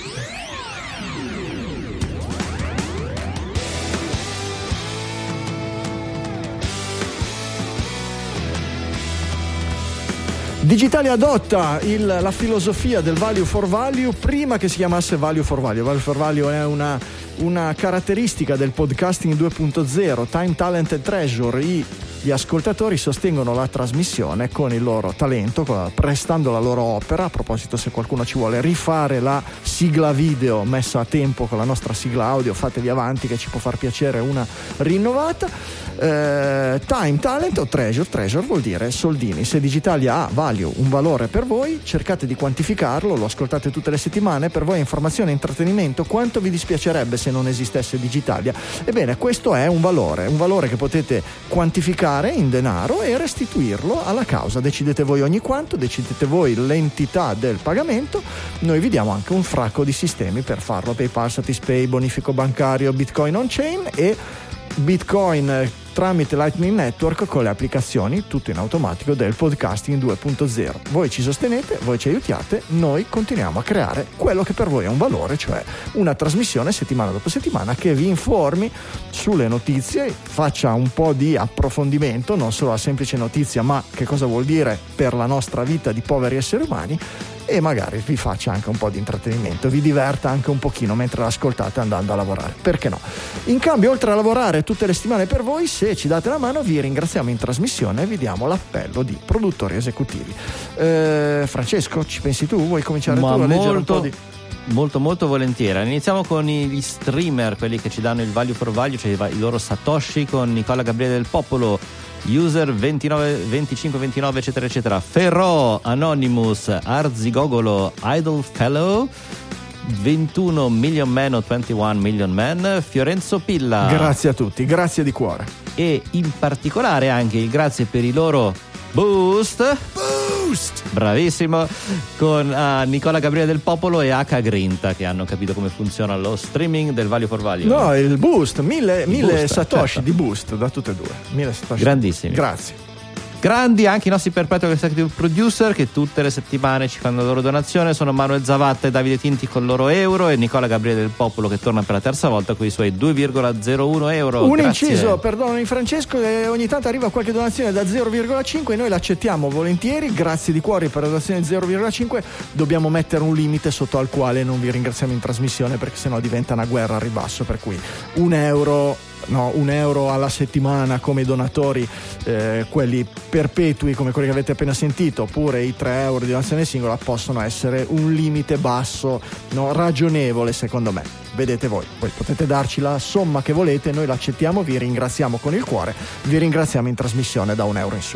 Digitalia adotta la filosofia del value for value prima che si chiamasse value for value. Value for value è una caratteristica del podcasting 2.0, Time, Talent and Treasure. Gli ascoltatori sostengono la trasmissione con il loro talento, prestando la loro opera. A proposito, se qualcuno ci vuole rifare la sigla video messa a tempo con la nostra sigla audio, fatevi avanti che ci può far piacere una rinnovata. Time, talent o treasure. Treasure vuol dire soldini. Se Digitalia ha value, un valore per voi, cercate di quantificarlo, lo ascoltate tutte le settimane, per voi è informazione e intrattenimento. Quanto vi dispiacerebbe se non esistesse Digitalia? Ebbene, questo è un valore che potete quantificare in denaro e restituirlo alla causa. Decidete voi ogni quanto, decidete voi l'entità del pagamento. Noi vi diamo anche un fracco di sistemi per farlo: PayPal, Satispay, bonifico bancario, Bitcoin on chain e Bitcoin tramite Lightning Network con le applicazioni, tutto in automatico, del podcasting 2.0. Voi ci sostenete, voi ci aiutiate, noi continuiamo a creare quello che per voi è un valore, cioè una trasmissione settimana dopo settimana che vi informi sulle notizie, faccia un po' di approfondimento, non solo la semplice notizia, ma che cosa vuol dire per la nostra vita di poveri esseri umani, e magari vi faccia anche un po' di intrattenimento, vi diverta anche un pochino mentre l'ascoltate andando a lavorare, perché no? In cambio, oltre a lavorare tutte le settimane per voi, se ci date la mano vi ringraziamo in trasmissione e vi diamo l'appello di produttori esecutivi. Francesco, ci pensi tu? Vuoi cominciare tu a leggere un po' di... Molto volentieri. Iniziamo con gli streamer, quelli che ci danno il value for value, cioè i loro Satoshi, con Nicola Gabriele del Popolo, user 29, 25, 29 eccetera eccetera, Ferro, Anonymous, Arzigogolo, Idle Fellow, 21 Million Man o 21 Million Man, Fiorenzo Pilla. Grazie a tutti, grazie di cuore. E in particolare anche il grazie per i loro boost, bravissimo, con Nicola Gabriele del Popolo e H Grinta, che hanno capito come funziona lo streaming del value for value. No, il boost, mille boost, Satoshi, certo, di boost da tutte e due. 1000 Satoshi. Grandissimi. Grazie. Grandi anche i nostri perpetual executive producer, che tutte le settimane ci fanno la loro donazione. Sono Manuel Zavatta e Davide Tinti con il loro euro, e Nicola Gabriele del Popolo che torna per la terza volta con i suoi 2,01 euro. Un Grazie. inciso, perdonami Francesco, ogni tanto arriva qualche donazione da 0,5 e noi l'accettiamo volentieri, grazie di cuore per la donazione 0,5. Dobbiamo mettere un limite sotto al quale non vi ringraziamo in trasmissione, perché sennò diventa una guerra a ribasso, per cui un euro alla settimana come donatori, quelli perpetui come quelli che avete appena sentito, oppure i 3 euro di donazione singola possono essere un limite basso, ragionevole secondo me. Vedete voi potete darci la somma che volete, noi l'accettiamo, vi ringraziamo con il cuore, vi ringraziamo in trasmissione da 1 euro in su.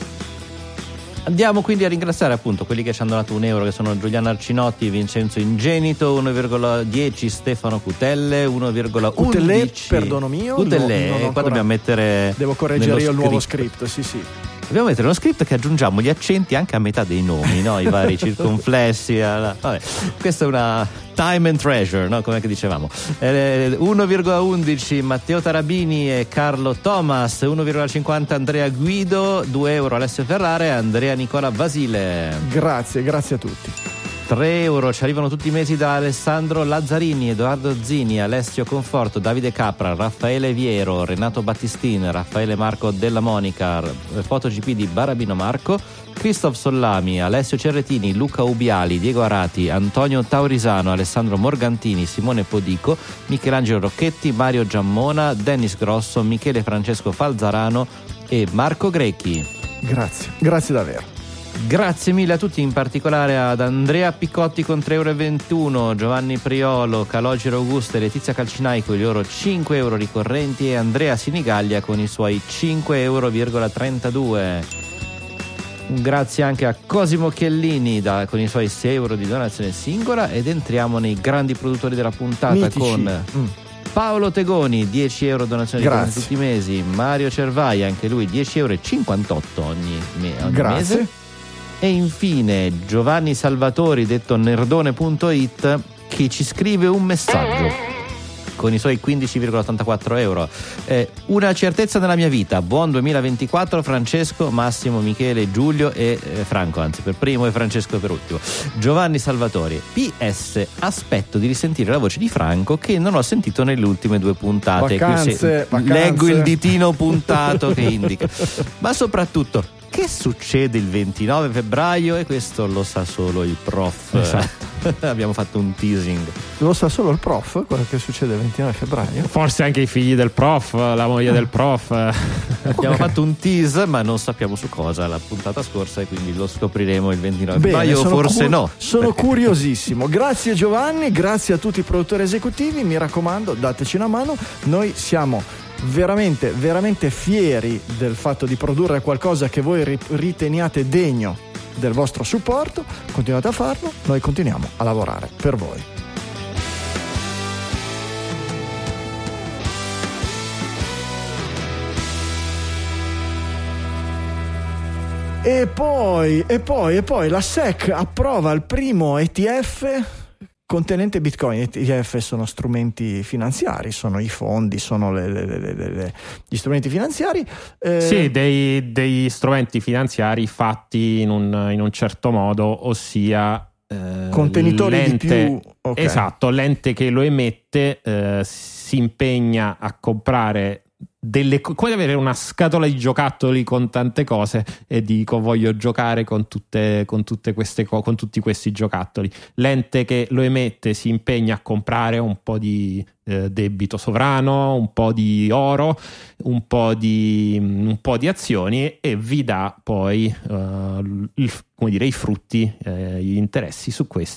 Andiamo quindi a ringraziare appunto quelli che ci hanno donato 1 euro, che sono Giuliano Arcinotti, Vincenzo Ingenito, 1,10 Stefano Cutelle, 1,11 Cutelle, perdono mio, Cutelle, qua dobbiamo mettere, devo correggere io il nuovo script, sì. Dobbiamo mettere uno script che aggiungiamo gli accenti anche a metà dei nomi, no? I vari circonflessi. Vabbè. Questa è una time and treasure, no? Come che dicevamo. 1,11 Matteo Tarabini e Carlo Thomas, 1,50 Andrea Guido, 2 euro Alessio Ferrara e Andrea Nicola Vasile. Grazie a tutti. 3 euro ci arrivano tutti i mesi da Alessandro Lazzarini, Edoardo Zini, Alessio Conforto, Davide Capra, Raffaele Viero, Renato Battistin, Raffaele Marco Della Monica, FotoGP di Barabino Marco, Christoph Sollami, Alessio Cerretini, Luca Ubiali, Diego Arati, Antonio Taurisano, Alessandro Morgantini, Simone Podico, Michelangelo Rocchetti, Mario Giammona, Dennis Grosso, Michele Francesco Falzarano e Marco Grecchi. Grazie davvero. Grazie mille a tutti, in particolare ad Andrea Piccotti con 3,21 euro, Giovanni Priolo, Calogero Augusto e Letizia Calcinai con i loro 5 euro ricorrenti e Andrea Sinigaglia con i suoi 5,32 euro. Grazie anche a Cosimo Chiellini con i suoi 6 euro di donazione singola, ed entriamo nei grandi produttori della puntata. Mitici. Con Paolo Tegoni, 10 euro donazione di tutti i mesi, Mario Cervai, anche lui 10,58 euro ogni mese. E infine Giovanni Salvatori, detto nerdone.it, che ci scrive un messaggio con i suoi 15,84 euro. Una certezza nella mia vita, buon 2024 Francesco, Massimo, Michele, Giulio e Franco, anzi per primo e Francesco per ultimo. Giovanni Salvatori, PS, aspetto di risentire la voce di Franco che non ho sentito nelle ultime 2 puntate. Vacanze. Leggo il ditino puntato che indica, ma soprattutto che succede il 29 febbraio, e questo lo sa solo il prof. Esatto. Abbiamo fatto un teasing. Lo sa solo il prof quello che succede il 29 febbraio? Forse anche i figli del prof, la moglie del prof. Abbiamo fatto un tease, ma non sappiamo su cosa la puntata scorsa, e quindi lo scopriremo il 29 febbraio. Forse no. Sono curiosissimo. Grazie Giovanni, grazie a tutti i produttori esecutivi, mi raccomando, dateci una mano. Noi siamo veramente fieri del fatto di produrre qualcosa che voi riteniate degno del vostro supporto. Continuate a farlo, noi continuiamo a lavorare per voi. E poi la SEC approva il primo ETF contenente Bitcoin. ETF sono strumenti finanziari, sono i fondi, sono gli strumenti finanziari. Sì, degli strumenti finanziari fatti in un certo modo, ossia contenitori l'ente, di più. Okay. Esatto, l'ente che lo emette si impegna a comprare come avere una scatola di giocattoli con tante cose e dico voglio giocare con tutti questi giocattoli. L'ente che lo emette si impegna a comprare un po' di debito sovrano, un po' di oro, un po' di azioni e vi dà poi i frutti, gli interessi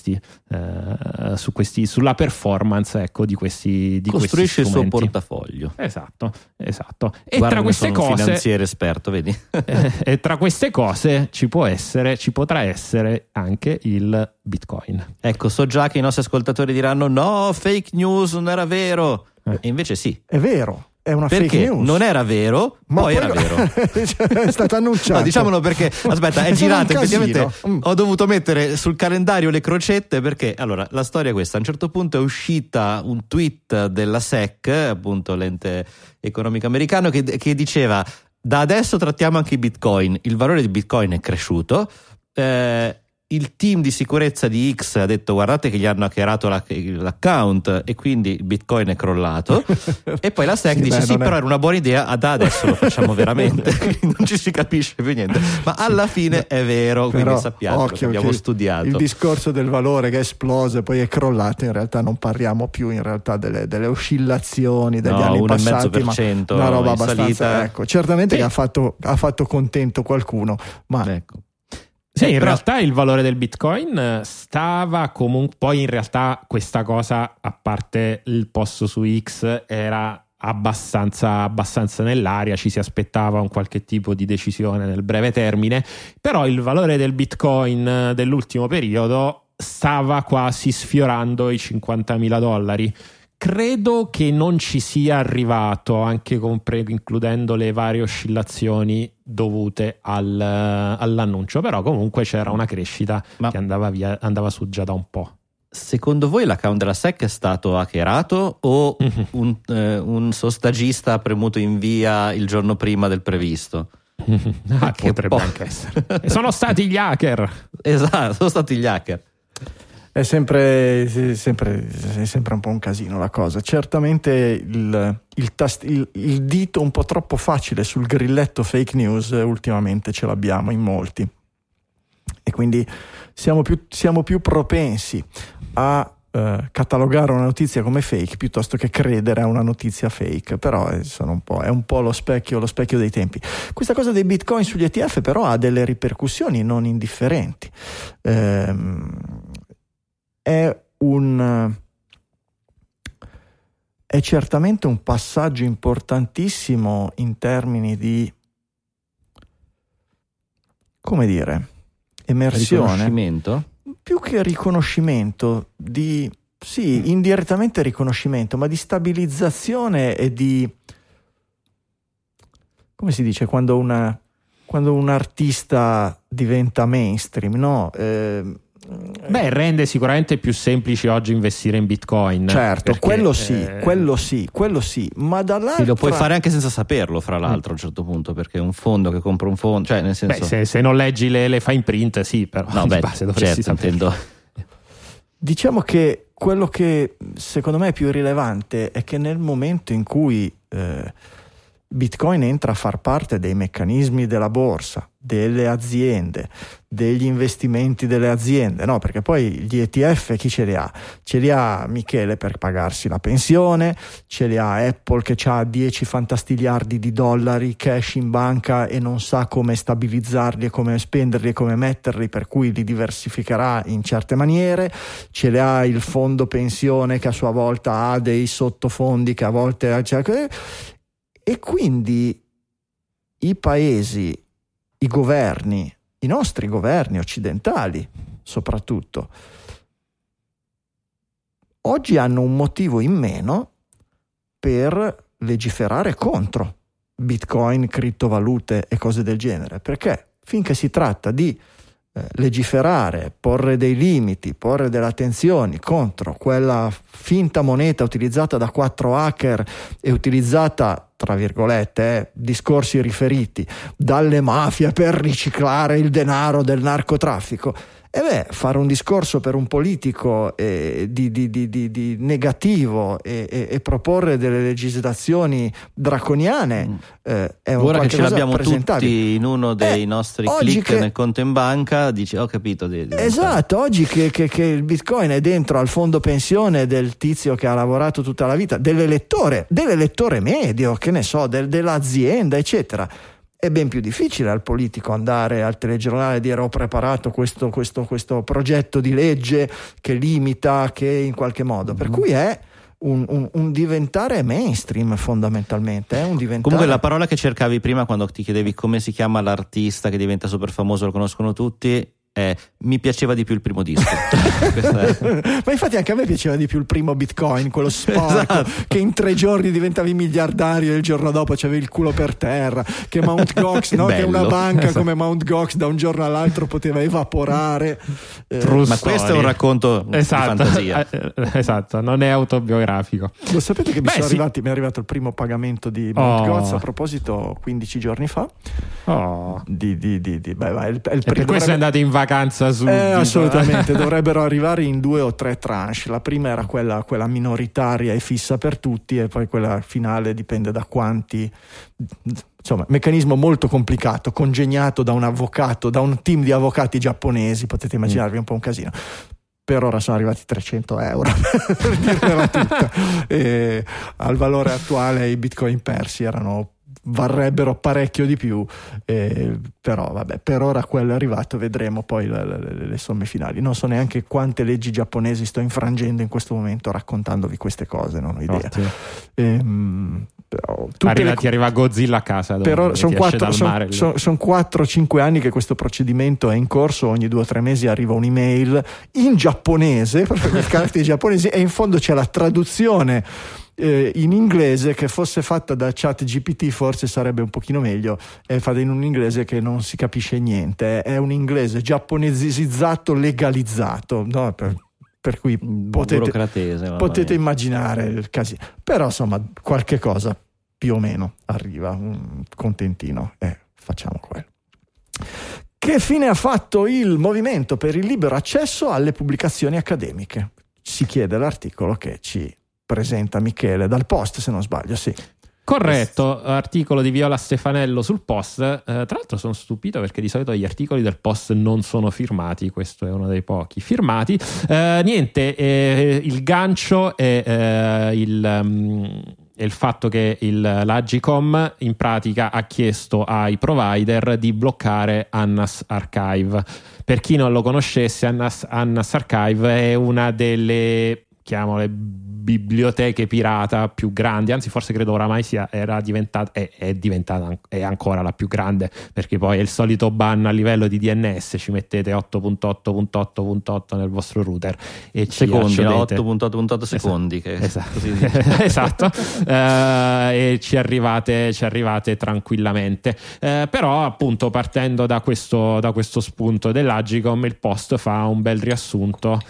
sulla performance, ecco, di questi costruisce il suo strumenti. portafoglio. Esatto. E Guarda, tra queste sono un cose, finanziere esperto, vedi? e tra queste cose ci potrà essere anche il Bitcoin. Ecco, so già che i nostri ascoltatori diranno no, fake news, non era vero. E invece sì. È vero, è una perché fake news. Non era vero, ma poi era vero. È stato annunciato. No, diciamolo perché, aspetta, è girato. Effettivamente ho dovuto mettere sul calendario le crocette perché, allora, la storia è questa. A un certo punto è uscita un tweet della SEC, appunto l'ente economico americano, che diceva da adesso trattiamo anche i Bitcoin. Il valore di Bitcoin è cresciuto. Il team di sicurezza di X ha detto guardate che gli hanno hackerato l'account e quindi il Bitcoin è crollato. E poi la SEC dice sì, però era una buona idea, da adesso lo facciamo veramente. Non ci si capisce più niente, ma alla fine è vero, quindi sappiamo che abbiamo studiato. Il discorso del valore che è esploso e poi è crollato, in realtà non parliamo più in realtà delle oscillazioni degli anni passati, ma una roba abbastanza salita. Ecco, certamente sì. Che ha fatto contento qualcuno, ma ecco. Sì, in realtà il valore del Bitcoin stava comunque, poi in realtà questa cosa, a parte il post su X, era abbastanza nell'aria, ci si aspettava un qualche tipo di decisione nel breve termine, però il valore del Bitcoin dell'ultimo periodo stava quasi sfiorando i $50.000. Credo che non ci sia arrivato, anche includendo le varie oscillazioni dovute all'annuncio, però comunque c'era una crescita che andava su già da un po'. Secondo voi l'account della SEC è stato hackerato o un stagista ha premuto invia il giorno prima del previsto? Potrebbe anche essere. Sono stati gli hacker. Esatto, sono stati gli hacker. È sempre un po' un casino la cosa. Certamente il dito un po' troppo facile sul grilletto fake news ultimamente ce l'abbiamo in molti, e quindi siamo più propensi a catalogare una notizia come fake piuttosto che credere a una notizia fake. Però è un po' lo specchio dei tempi. Questa cosa dei Bitcoin sugli ETF però ha delle ripercussioni non indifferenti. È certamente un passaggio importantissimo in termini di, come dire, emersione. Riconoscimento? Più che riconoscimento, indirettamente riconoscimento, ma di stabilizzazione e di, come si dice, quando un artista diventa mainstream, no? Rende sicuramente più semplice oggi investire in Bitcoin. Certo, perché, quello sì, ma dall'altra lo puoi fare anche senza saperlo, fra l'altro, a un certo punto, perché un fondo che compra un fondo, cioè nel senso se non leggi le fine print, sì, però di base dovresti saperlo. Diciamo che quello che secondo me è più rilevante è che nel momento in cui Bitcoin entra a far parte dei meccanismi della borsa, delle aziende, degli investimenti delle aziende, no? Perché poi gli ETF chi ce li ha? Ce li ha Michele per pagarsi la pensione, ce li ha Apple che ha 10 fantastiliardi di dollari cash in banca e non sa come stabilizzarli e come spenderli e come metterli, per cui li diversificherà in certe maniere. Ce li ha il fondo pensione che a sua volta ha dei sottofondi che a volte ha, e quindi i paesi, i governi, i nostri governi occidentali soprattutto, oggi hanno un motivo in meno per legiferare contro Bitcoin, criptovalute e cose del genere, perché finché si tratta di legiferare, porre dei limiti, porre delle attenzioni contro quella finta moneta utilizzata da 4 hacker e utilizzata, tra virgolette, discorsi riferiti, dalle mafie per riciclare il denaro del narcotraffico. Fare un discorso per un politico di negativo e proporre delle legislazioni draconiane è un ora che ce l'abbiamo presentabile. Tutti in uno dei nostri click nel conto in banca, dici ho capito. Esatto, oggi che il Bitcoin è dentro al fondo pensione del tizio che ha lavorato tutta la vita, dell'elettore medio, che ne so, dell'azienda, eccetera. È ben più difficile al politico andare al telegiornale e dire ho preparato questo progetto di legge che limita, che in qualche modo, per cui è un diventare mainstream fondamentalmente, è un diventare... Comunque la parola che cercavi prima quando ti chiedevi come si chiama l'artista che diventa super famoso, lo conoscono tutti, mi piaceva di più il primo disco. Ma infatti anche a me piaceva di più il primo Bitcoin, quello sporco, esatto, che in 3 giorni diventavi miliardario e il giorno dopo c'avevi il culo per terra, che Mt. Gox, no? Che una banca, esatto, come Mt. Gox da un giorno all'altro poteva evaporare. Ma questo è un racconto, esatto, di fantasia. Esatto, non è autobiografico. Lo sapete che mi è arrivato il primo pagamento di Mt. Gox a proposito 15 giorni fa. Per questo è andato in vacanza subito. Assolutamente, dovrebbero arrivare in 2 o 3 tranche. La prima era quella minoritaria e fissa per tutti, e poi quella finale dipende da quanti. Insomma, meccanismo molto complicato, congegnato da un avvocato, da un team di avvocati giapponesi, potete immaginarvi un po' un casino. Per ora sono arrivati 300 euro per dirvela tutta. E al valore attuale i bitcoin persi varrebbero parecchio di più, però vabbè, per ora quello è arrivato, vedremo poi le somme finali. Non so neanche quante leggi giapponesi sto infrangendo in questo momento raccontandovi queste cose, non ho idea. Però arriva Godzilla a casa, però sono 4-5 anni che questo procedimento è in corso. Ogni 2 o 3 mesi arriva un'email in giapponese, proprio con i caratteri giapponesi, e in fondo c'è la traduzione in inglese, che fosse fatta da ChatGPT forse sarebbe un pochino meglio. È fatta in un inglese che non si capisce niente, è un inglese giapponesizzato legalizzato, no? Per cui potete immaginare il casino. Però insomma qualche cosa più o meno arriva, un contentino, facciamo quello. Che fine ha fatto il movimento per il libero accesso alle pubblicazioni accademiche? Si chiede l'articolo che ci presenta Michele dal Post, se non sbaglio. Sì, corretto, articolo di Viola Stefanello sul Post. Tra l'altro sono stupito perché di solito gli articoli del Post non sono firmati, questo è uno dei pochi firmati. Il gancio è il fatto che l'Agicom in pratica ha chiesto ai provider di bloccare Annas Archive. Per chi non lo conoscesse, Annas Archive è una delle, chiamole, biblioteche pirata più grandi, anzi forse credo oramai è diventata ancora la più grande, perché poi è il solito ban a livello di DNS, ci mettete 8.8.8.8 nel vostro router e secondi, 8.8.8 secondi, esatto, esatto. E ci arrivate tranquillamente, però appunto partendo da questo spunto dell'Agicom, il Post fa un bel riassunto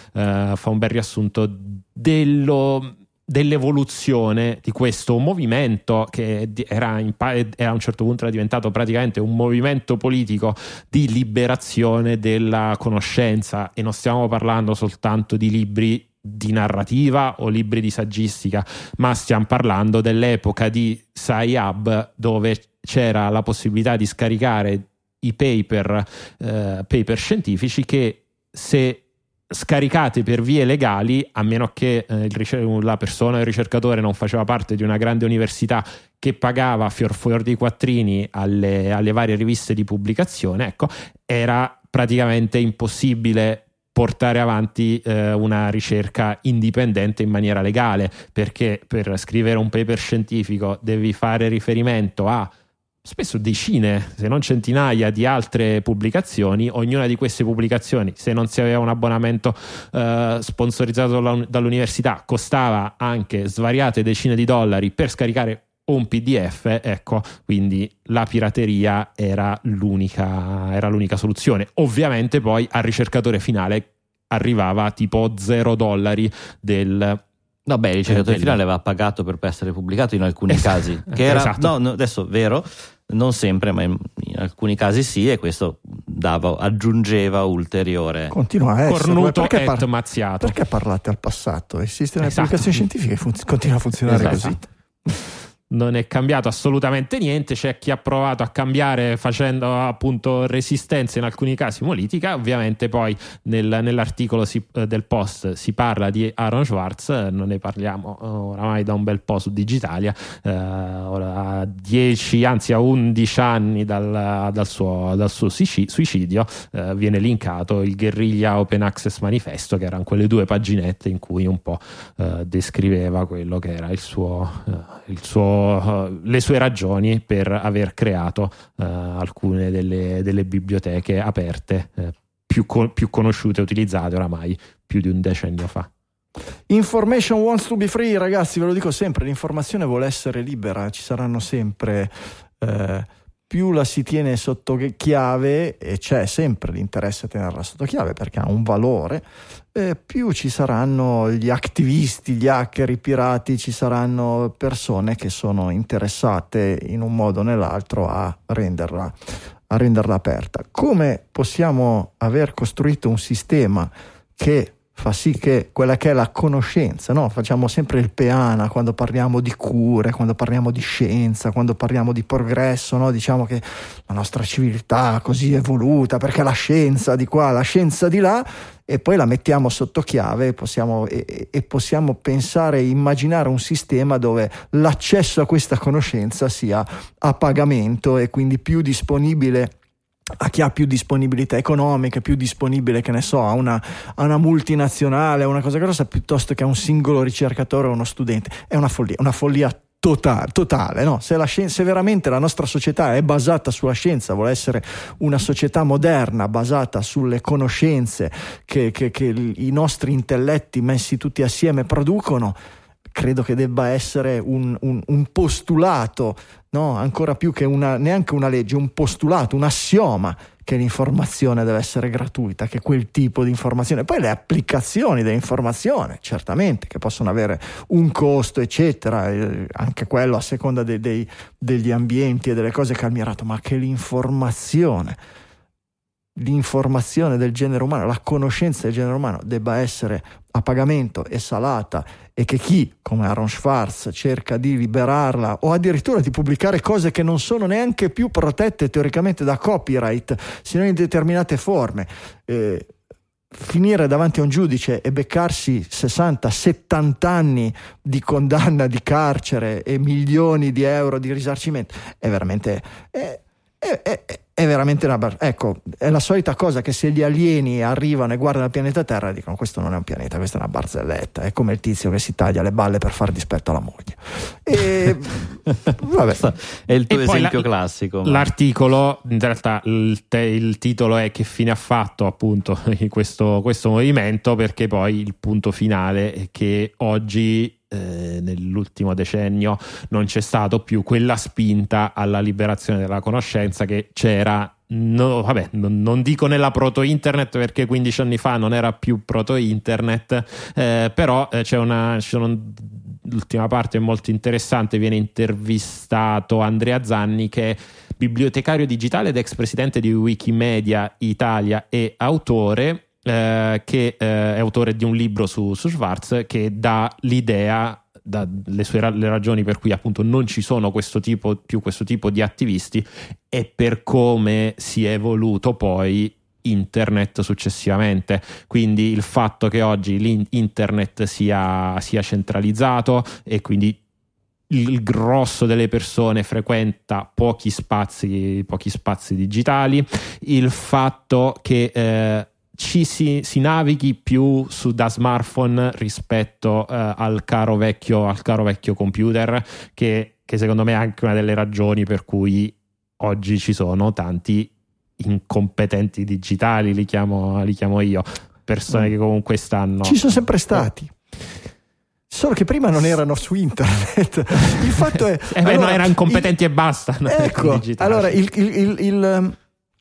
dell'evoluzione di questo movimento che a un certo punto era diventato praticamente un movimento politico di liberazione della conoscenza, e non stiamo parlando soltanto di libri di narrativa o libri di saggistica, ma stiamo parlando dell'epoca di Sci-Hub, dove c'era la possibilità di scaricare i paper scientifici che, se scaricate per vie legali, a meno che la persona, il ricercatore, non faceva parte di una grande università che pagava fior di quattrini alle varie riviste di pubblicazione, ecco, era praticamente impossibile portare avanti una ricerca indipendente in maniera legale, perché per scrivere un paper scientifico devi fare riferimento a spesso decine, se non centinaia di altre pubblicazioni. Ognuna di queste pubblicazioni, se non si aveva un abbonamento sponsorizzato dall'università, costava anche svariate decine di dollari per scaricare un PDF, ecco, quindi la pirateria era l'unica soluzione. Ovviamente poi al ricercatore finale arrivava tipo $0 del... Vabbè, il ricercatore finale aveva pagato per essere pubblicato in alcuni casi, che era, esatto. no, adesso vero, non sempre, ma in alcuni casi sì, e questo aggiungeva ulteriore. Continua a essere cornuto et mazziato. Perché parlate al passato? Il sistema di Esatto. pubblicazione scientifica continua a funzionare Esatto. così. Non è cambiato assolutamente niente. C'è chi ha provato a cambiare facendo appunto resistenza, in alcuni casi politica. Ovviamente poi nell'articolo del Post si parla di Aaron Swartz, non ne parliamo oramai da un bel po' su Digitalia, ora a 10 anzi a 11 anni dal suo suicidio, viene linkato il Guerriglia Open Access Manifesto, che erano quelle 2 paginette in cui un po' descriveva quello che era le sue ragioni per aver creato alcune delle biblioteche aperte più conosciute e utilizzate oramai più di un decennio fa. Information wants to be free, ragazzi, ve lo dico sempre, l'informazione vuole essere libera, ci saranno sempre più la si tiene sotto chiave, e c'è sempre l'interesse a tenerla sotto chiave perché ha un valore, più ci saranno gli attivisti, gli hacker, i pirati, ci saranno persone che sono interessate in un modo o nell'altro a renderla aperta. Come possiamo aver costruito un sistema che fa sì che quella che è la conoscenza, no? Facciamo sempre il peana quando parliamo di cure, quando parliamo di scienza, quando parliamo di progresso, no? Diciamo che la nostra civiltà così evoluta perché la scienza di qua, la scienza di là, e poi la mettiamo sotto chiave e possiamo pensare e immaginare un sistema dove l'accesso a questa conoscenza sia a pagamento e quindi più disponibile a chi ha più disponibilità economica, più disponibile, che ne so, a una multinazionale, a una cosa grossa, piuttosto che a un singolo ricercatore o uno studente. È una follia totale, no? Se veramente la nostra società è basata sulla scienza, vuole essere una società moderna basata sulle conoscenze che i nostri intelletti messi tutti assieme producono, credo che debba essere un postulato, no? Ancora più che neanche una legge, un postulato, un assioma, che l'informazione deve essere gratuita, che quel tipo di informazione, poi le applicazioni dell'informazione certamente che possono avere un costo eccetera, anche quello a seconda degli ambienti e delle cose che ha mirato, ma che l'informazione del genere umano, la conoscenza del genere umano debba essere a pagamento e salata, e che chi come Aaron Swartz cerca di liberarla o addirittura di pubblicare cose che non sono neanche più protette teoricamente da copyright, sino in determinate forme, finire davanti a un giudice e beccarsi 60-70 anni di condanna, di carcere e milioni di euro di risarcimento è veramente è veramente ecco, è la solita cosa che se gli alieni arrivano e guardano il pianeta Terra dicono: questo non è un pianeta, questa è una barzelletta. È come il tizio che si taglia le balle per far dispetto alla moglie. E vabbè, è il tuo esempio classico. L'articolo, in realtà il titolo è: che fine ha fatto appunto questo movimento, perché poi il punto finale è che oggi nell'ultimo decennio non c'è stato più quella spinta alla liberazione della conoscenza che c'era, non dico nella proto-internet, perché 15 anni fa non era più proto-internet, però l'ultima parte è molto interessante. Viene intervistato Andrea Zanni, che è bibliotecario digitale ed ex presidente di Wikimedia Italia e autore, che è autore di un libro su Swartz, che dà l'idea, le ragioni per cui appunto non ci sono questo tipo di attivisti, e per come si è evoluto poi internet successivamente. Quindi il fatto che oggi l'internet sia centralizzato e quindi il grosso delle persone frequenta pochi spazi digitali, il fatto che si navighi più da smartphone rispetto al caro vecchio computer, che secondo me è anche una delle ragioni per cui oggi ci sono tanti incompetenti digitali, li chiamo io, persone che comunque ci sono sempre stati. Solo che prima non erano su internet. Il fatto è non erano competenti e basta. Ecco, allora il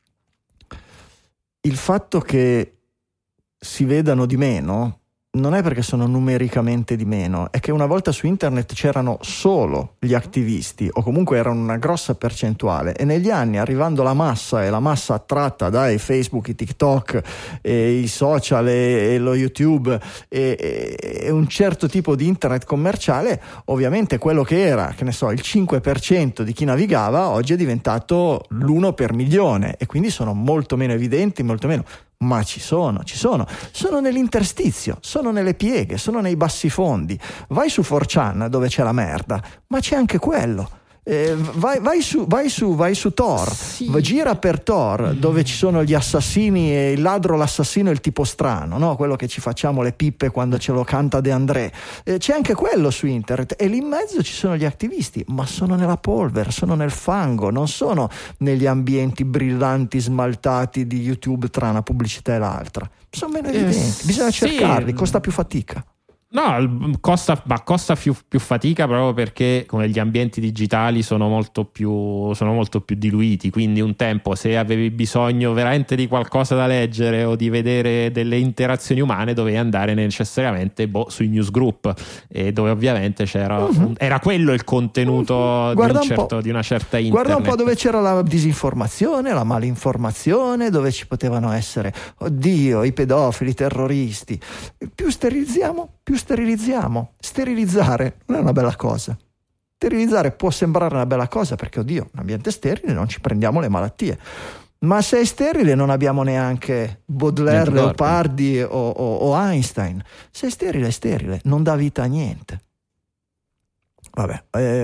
fatto che si vedano di meno non è perché sono numericamente di meno, è che una volta su internet c'erano solo gli attivisti, o comunque erano una grossa percentuale, e negli anni, arrivando la massa, e la massa attratta dai Facebook, i TikTok, e i social e lo YouTube e un certo tipo di internet commerciale, ovviamente quello che era, che ne so, il 5% di chi navigava, oggi è diventato l'1 per milione, e quindi sono molto meno evidenti, molto meno. Ma ci sono nell'interstizio, sono nelle pieghe, sono nei bassifondi. Vai su 4chan dove c'è la merda, ma c'è anche quello. Vai su Tor, sì. Gira per Tor dove ci sono gli assassini e il ladro, l'assassino e il tipo strano, no? Quello che ci facciamo le pippe quando ce lo canta De André. C'è anche quello su internet, e lì in mezzo ci sono gli attivisti, ma sono nella polvere, sono nel fango, non sono negli ambienti brillanti smaltati di YouTube tra una pubblicità e l'altra. Sono meno evidenti, bisogna cercarli, costa più fatica. No, costa più fatica, proprio perché come gli ambienti digitali sono molto più diluiti. Quindi un tempo, se avevi bisogno veramente di qualcosa da leggere o di vedere delle interazioni umane, dovevi andare necessariamente sui newsgroup, e dove ovviamente era quello il contenuto di una certa internet. Guarda un po' dove c'era la disinformazione, la malinformazione, dove ci potevano essere, oddio, i pedofili, i terroristi. Più sterilizziamo. Sterilizzare non è una bella cosa. Sterilizzare può sembrare una bella cosa perché, oddio, un ambiente sterile, non ci prendiamo le malattie. Ma se è sterile non abbiamo neanche Baudelaire, Leopardi o Einstein. Se è sterile, non dà vita a niente. Vabbè,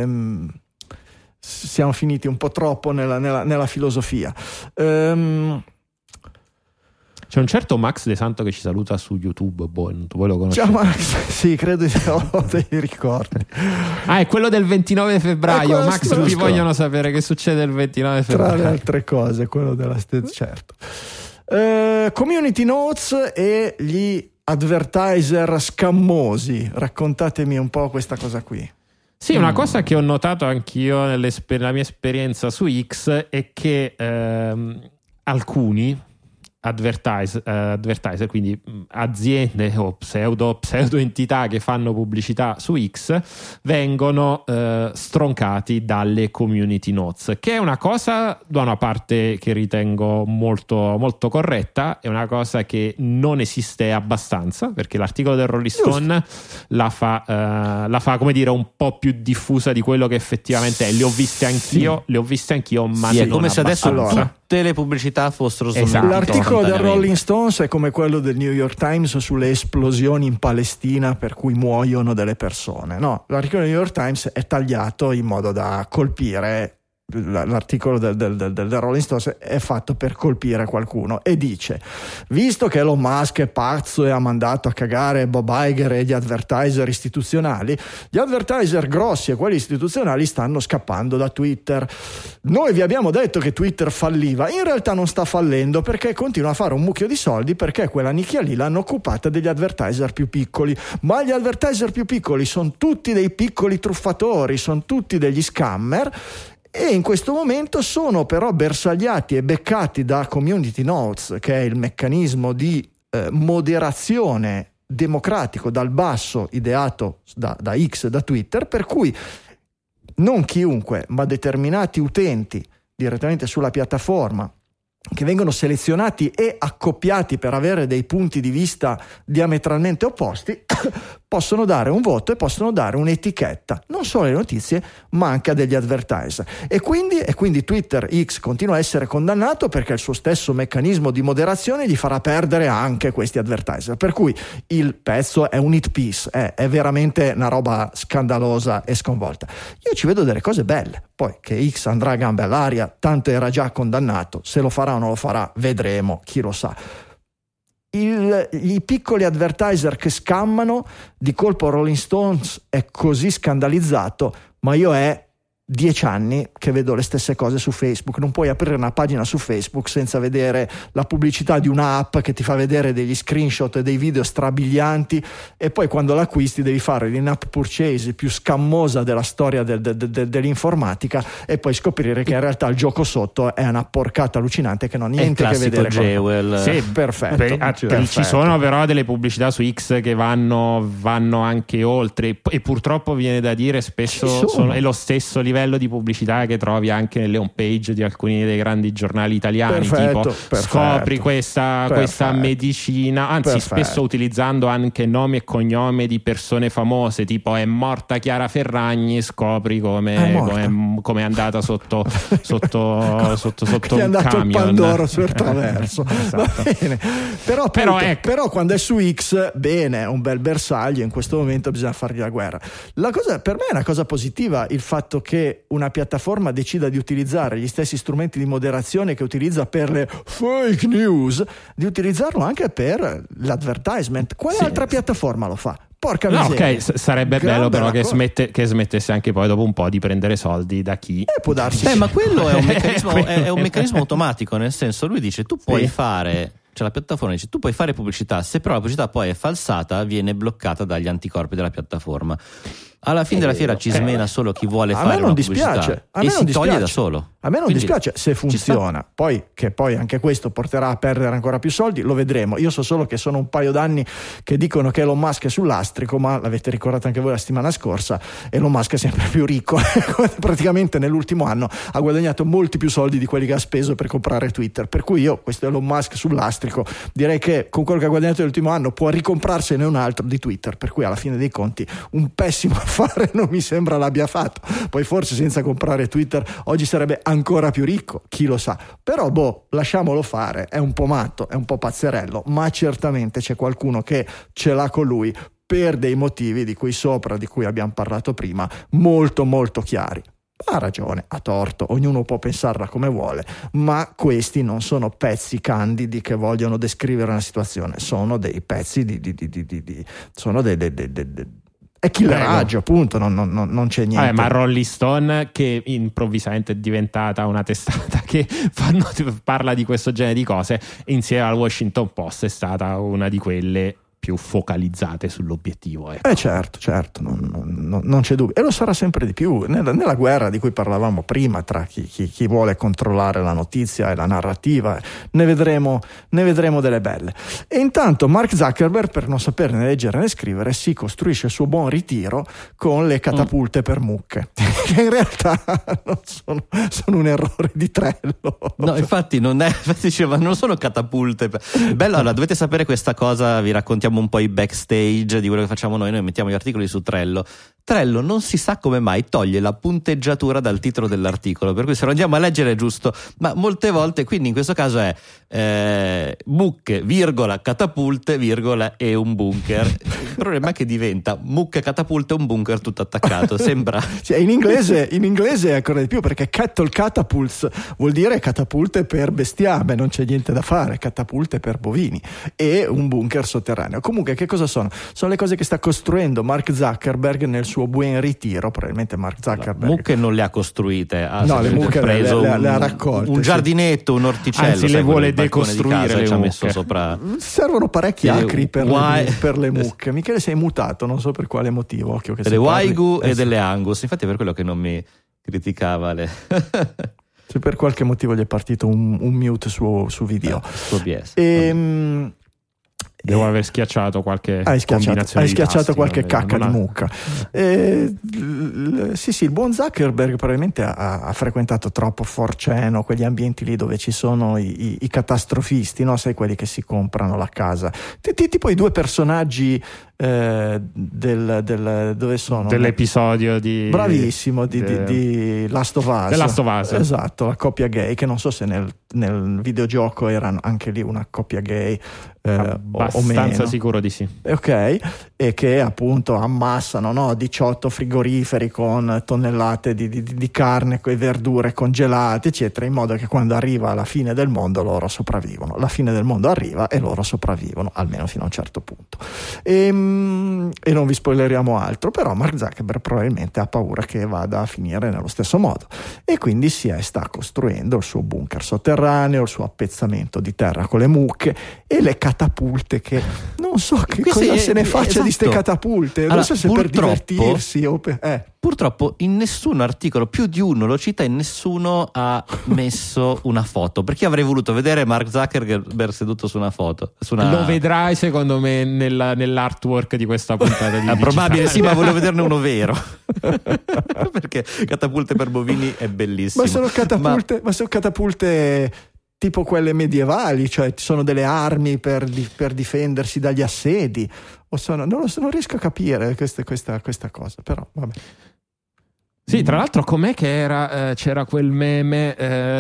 siamo finiti un po' troppo nella filosofia. C'è un certo Max De Santo che ci saluta su YouTube, voi lo conoscete? Ciao Max, sì, credo che ho dei ricordi. È quello del 29 febbraio. Max, tutti vogliono sapere che succede il 29 febbraio. Tra le altre cose, quello della certo. Community Notes e gli advertiser scammosi. Raccontatemi un po' questa cosa qui. Sì, una cosa che ho notato anch'io nella mia esperienza su X è che alcuni advertiser, quindi aziende o pseudo entità che fanno pubblicità su X, vengono stroncati dalle community notes, che è una cosa da una parte che ritengo molto, molto corretta, è una cosa che non esiste abbastanza, perché l'articolo del Rolling Stone la fa come dire un po' più diffusa di quello che effettivamente è. Le ho viste anch'io, ma sì, non è come se adesso tutte le pubblicità fossero esatto. L'articolo del Rolling Stones è come quello del New York Times sulle esplosioni in Palestina per cui muoiono delle persone. No, l'articolo del New York Times è tagliato in modo da colpire. L'articolo del Rolling Stones è fatto per colpire qualcuno e dice: visto che Elon Musk è pazzo e ha mandato a cagare Bob Iger e gli advertiser istituzionali, gli advertiser grossi e quelli istituzionali stanno scappando da Twitter. Noi vi abbiamo detto che Twitter falliva, in realtà non sta fallendo perché continua a fare un mucchio di soldi, perché quella nicchia lì l'hanno occupata degli advertiser più piccoli, ma gli advertiser più piccoli sono tutti dei piccoli truffatori, sono tutti degli scammer, e in questo momento sono però bersagliati e beccati da Community Notes, che è il meccanismo di moderazione democratico dal basso ideato da X, da Twitter, per cui non chiunque, ma determinati utenti direttamente sulla piattaforma, che vengono selezionati e accoppiati per avere dei punti di vista diametralmente opposti, possono dare un voto e possono dare un'etichetta non solo alle notizie ma anche a degli advertiser, e quindi Twitter X continua a essere condannato perché il suo stesso meccanismo di moderazione gli farà perdere anche questi advertiser, per cui il pezzo è un hit piece, è veramente una roba scandalosa e sconvolta. Io ci vedo delle cose belle, poi che X andrà a gambe all'aria, tanto era già condannato, se lo farà o non lo farà vedremo, chi lo sa. I piccoli advertiser che scammano, di colpo Rolling Stones è così scandalizzato, ma io è 10 anni che vedo le stesse cose su Facebook. Non puoi aprire una pagina su Facebook senza vedere la pubblicità di un'app che ti fa vedere degli screenshot e dei video strabilianti, e poi quando l'acquisti devi fare l'in-app purchase più scammosa della storia dell'informatica, e poi scoprire che in realtà il gioco sotto è una porcata allucinante che non ha niente a che vedere con Jewel. Sì, perfetto, perfetto. Ci sono però delle pubblicità su X che vanno anche oltre, e purtroppo viene da dire spesso è lo stesso livello di pubblicità che trovi anche nelle home page di alcuni dei grandi giornali italiani. Scopri questa medicina, anzi spesso utilizzando anche nomi e cognome di persone famose, tipo è morta Chiara Ferragni, scopri come è andata sotto è andato un camion, il Pandoro sul traverso. Esatto. Va bene. Però quando è su X, bene, è un bel bersaglio, in questo momento bisogna fargli la guerra. Per me è una cosa positiva il fatto che una piattaforma decida di utilizzare gli stessi strumenti di moderazione che utilizza per le fake news, di utilizzarlo anche per l'advertisement. Quale altra piattaforma lo fa? Porca miseria. Ok, sarebbe bello però che smettesse anche poi dopo un po' di prendere soldi da chi può darsi. Ma quello è un meccanismo, è un meccanismo automatico, nel senso, lui dice tu puoi fare, cioè la piattaforma dice tu puoi fare pubblicità, se però la pubblicità poi è falsata viene bloccata dagli anticorpi della piattaforma. Alla fine della fiera ci smena solo chi vuole fare una pubblicità e si toglie da solo. A me non dispiace se funziona. Poi anche questo porterà a perdere ancora più soldi, lo vedremo. Io so solo che sono un paio d'anni che dicono che Elon Musk è sull'astrico, ma l'avete ricordato anche voi la settimana scorsa, Elon Musk è sempre più ricco. Praticamente nell'ultimo anno ha guadagnato molti più soldi di quelli che ha speso per comprare Twitter, per cui io questo Elon Musk sull'astrico direi che con quello che ha guadagnato nell'ultimo anno può ricomprarsene un altro di Twitter, per cui alla fine dei conti un pessimo affare non mi sembra l'abbia fatto. Poi forse senza comprare Twitter oggi sarebbe ancora più ricco, chi lo sa, però lasciamolo fare, è un po' matto, è un po' pazzerello, ma certamente c'è qualcuno che ce l'ha con lui per dei motivi di cui abbiamo parlato prima, molto molto chiari. Ha ragione, ha torto, ognuno può pensarla come vuole, ma questi non sono pezzi candidi che vogliono descrivere una situazione, sono dei pezzi sono è killeraggio, appunto, non c'è niente. Ma Rolling Stone, che improvvisamente è diventata una testata che parla di questo genere di cose, insieme al Washington Post è stata una di quelle più focalizzate sull'obiettivo. Ecco. Certo, non c'è dubbio, e lo sarà sempre di più nella guerra di cui parlavamo prima tra chi vuole controllare la notizia e la narrativa. Ne vedremo delle belle. E intanto Mark Zuckerberg, per non saperne leggere né scrivere, si costruisce il suo buon ritiro con le catapulte per mucche, che in realtà sono un errore di Trello. No, infatti diceva non sono catapulte. Bello, allora dovete sapere questa cosa, vi raccontiamo un po' i backstage di quello che facciamo noi mettiamo gli articoli su Trello. Trello non si sa come mai toglie la punteggiatura dal titolo dell'articolo, per cui se lo andiamo a leggere è giusto, ma molte volte, quindi in questo caso è mucche, virgola, catapulte, virgola e un bunker. Il problema è che diventa mucche, catapulte e un bunker tutto attaccato, sembra in inglese è ancora di più, perché cattle catapults vuol dire catapulte per bestiame, non c'è niente da fare, catapulte per bovini, e un bunker sotterraneo. Comunque che cosa sono? Sono le cose che sta costruendo Mark Zuckerberg nel suo buon ritiro. Probabilmente Mark Zuckerberg mucche non le ha costruite, le mucche preso le ha raccolte, un giardinetto, un orticello, anzi le vuole decostruire, le ci ha messo sopra. Servono parecchi acri per le mucche. Michele, sei mutato, non so per quale motivo. Occhio che delle Waigu e delle Angus, infatti è per quello che non mi criticava se per qualche motivo gli è partito un mute su video. Su OBS. Devo aver schiacciato qualche combinazione. Hai schiacciato tasti, qualche cacca di mucca. Sì, il buon Zuckerberg probabilmente ha frequentato troppo 4chan, quegli ambienti lì dove ci sono i catastrofisti, no? Sai, quelli che si comprano la casa. Tipo i due personaggi dove sono? Dell'episodio di bravissimo di Last of Us. The Last of Us. Esatto, la coppia gay, che non so se nel videogioco era anche lì una coppia gay. Abbastanza sicuro di sì. Ok, e che appunto ammassano 18 frigoriferi con tonnellate di carne e verdure congelate, eccetera, in modo che quando arriva la fine del mondo loro sopravvivono. La fine del mondo arriva e loro sopravvivono, almeno fino a un certo punto. fatto. E non vi spoileriamo altro, però Mark Zuckerberg probabilmente ha paura che vada a finire nello stesso modo, e quindi sta costruendo il suo bunker sotterraneo, il suo appezzamento di terra con le mucche e le catapulte, che non so che cosa se ne faccia di ste catapulte. Allora, non so se per divertirsi o per... Purtroppo in nessun articolo, più di uno lo cita e nessuno ha messo una foto, perché avrei voluto vedere Mark Zuckerberg seduto su una foto. Lo vedrai secondo me nell'artwork di questa puntata di probabile, sì, ma volevo vederne uno vero. Perché catapulte per bovini è bellissimo. Ma sono catapulte tipo quelle medievali, cioè ci sono delle armi per difendersi dagli assedi, o non riesco a capire questa cosa, però vabbè. Sì, tra l'altro com'è che c'era quel meme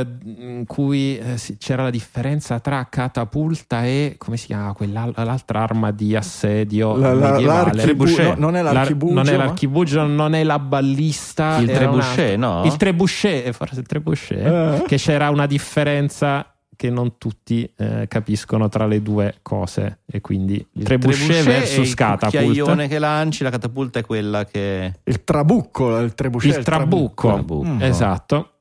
in cui c'era la differenza tra catapulta e come si chiama quell'altra arma di assedio medievale? Non è l'archibugio, non è l'archibugio, non è la ballista, il trebuchet, no? Il trebuchet, forse il trebuchet, che c'era una differenza che non tutti capiscono tra le due cose, e quindi il trebuchet versus catapult. Il cucchiaione che lanci, la catapulta è quella che... Il trabucco, il trebuchet. Il trabucco. Esatto.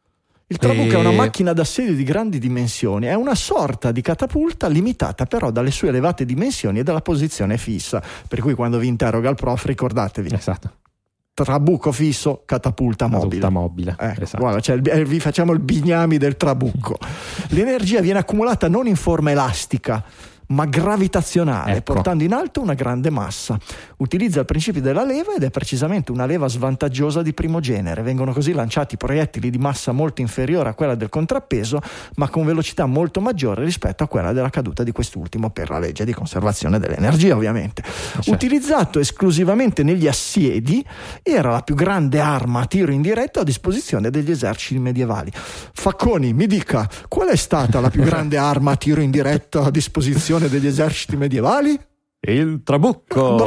Il trabucco è una macchina d'assedio di grandi dimensioni, è una sorta di catapulta limitata però dalle sue elevate dimensioni e dalla posizione fissa, per cui quando vi interroga il prof ricordatevi. Esatto. Trabucco fisso, catapulta mobile. Esatto. Guarda, vi facciamo il bignami del trabucco. L'energia viene accumulata non in forma elastica, ma gravitazionale, portando in alto una grande massa. Utilizza il principio della leva ed è precisamente una leva svantaggiosa di primo genere. Vengono così lanciati proiettili di massa molto inferiore a quella del contrappeso, ma con velocità molto maggiore rispetto a quella della caduta di quest'ultimo, per la legge di conservazione dell'energia, ovviamente. Certo. Utilizzato esclusivamente negli assedi, era la più grande arma a tiro indiretto a disposizione degli eserciti medievali. Facconi, mi dica, qual è stata la più grande arma a tiro indiretto a disposizione degli eserciti medievali? Il trabucco.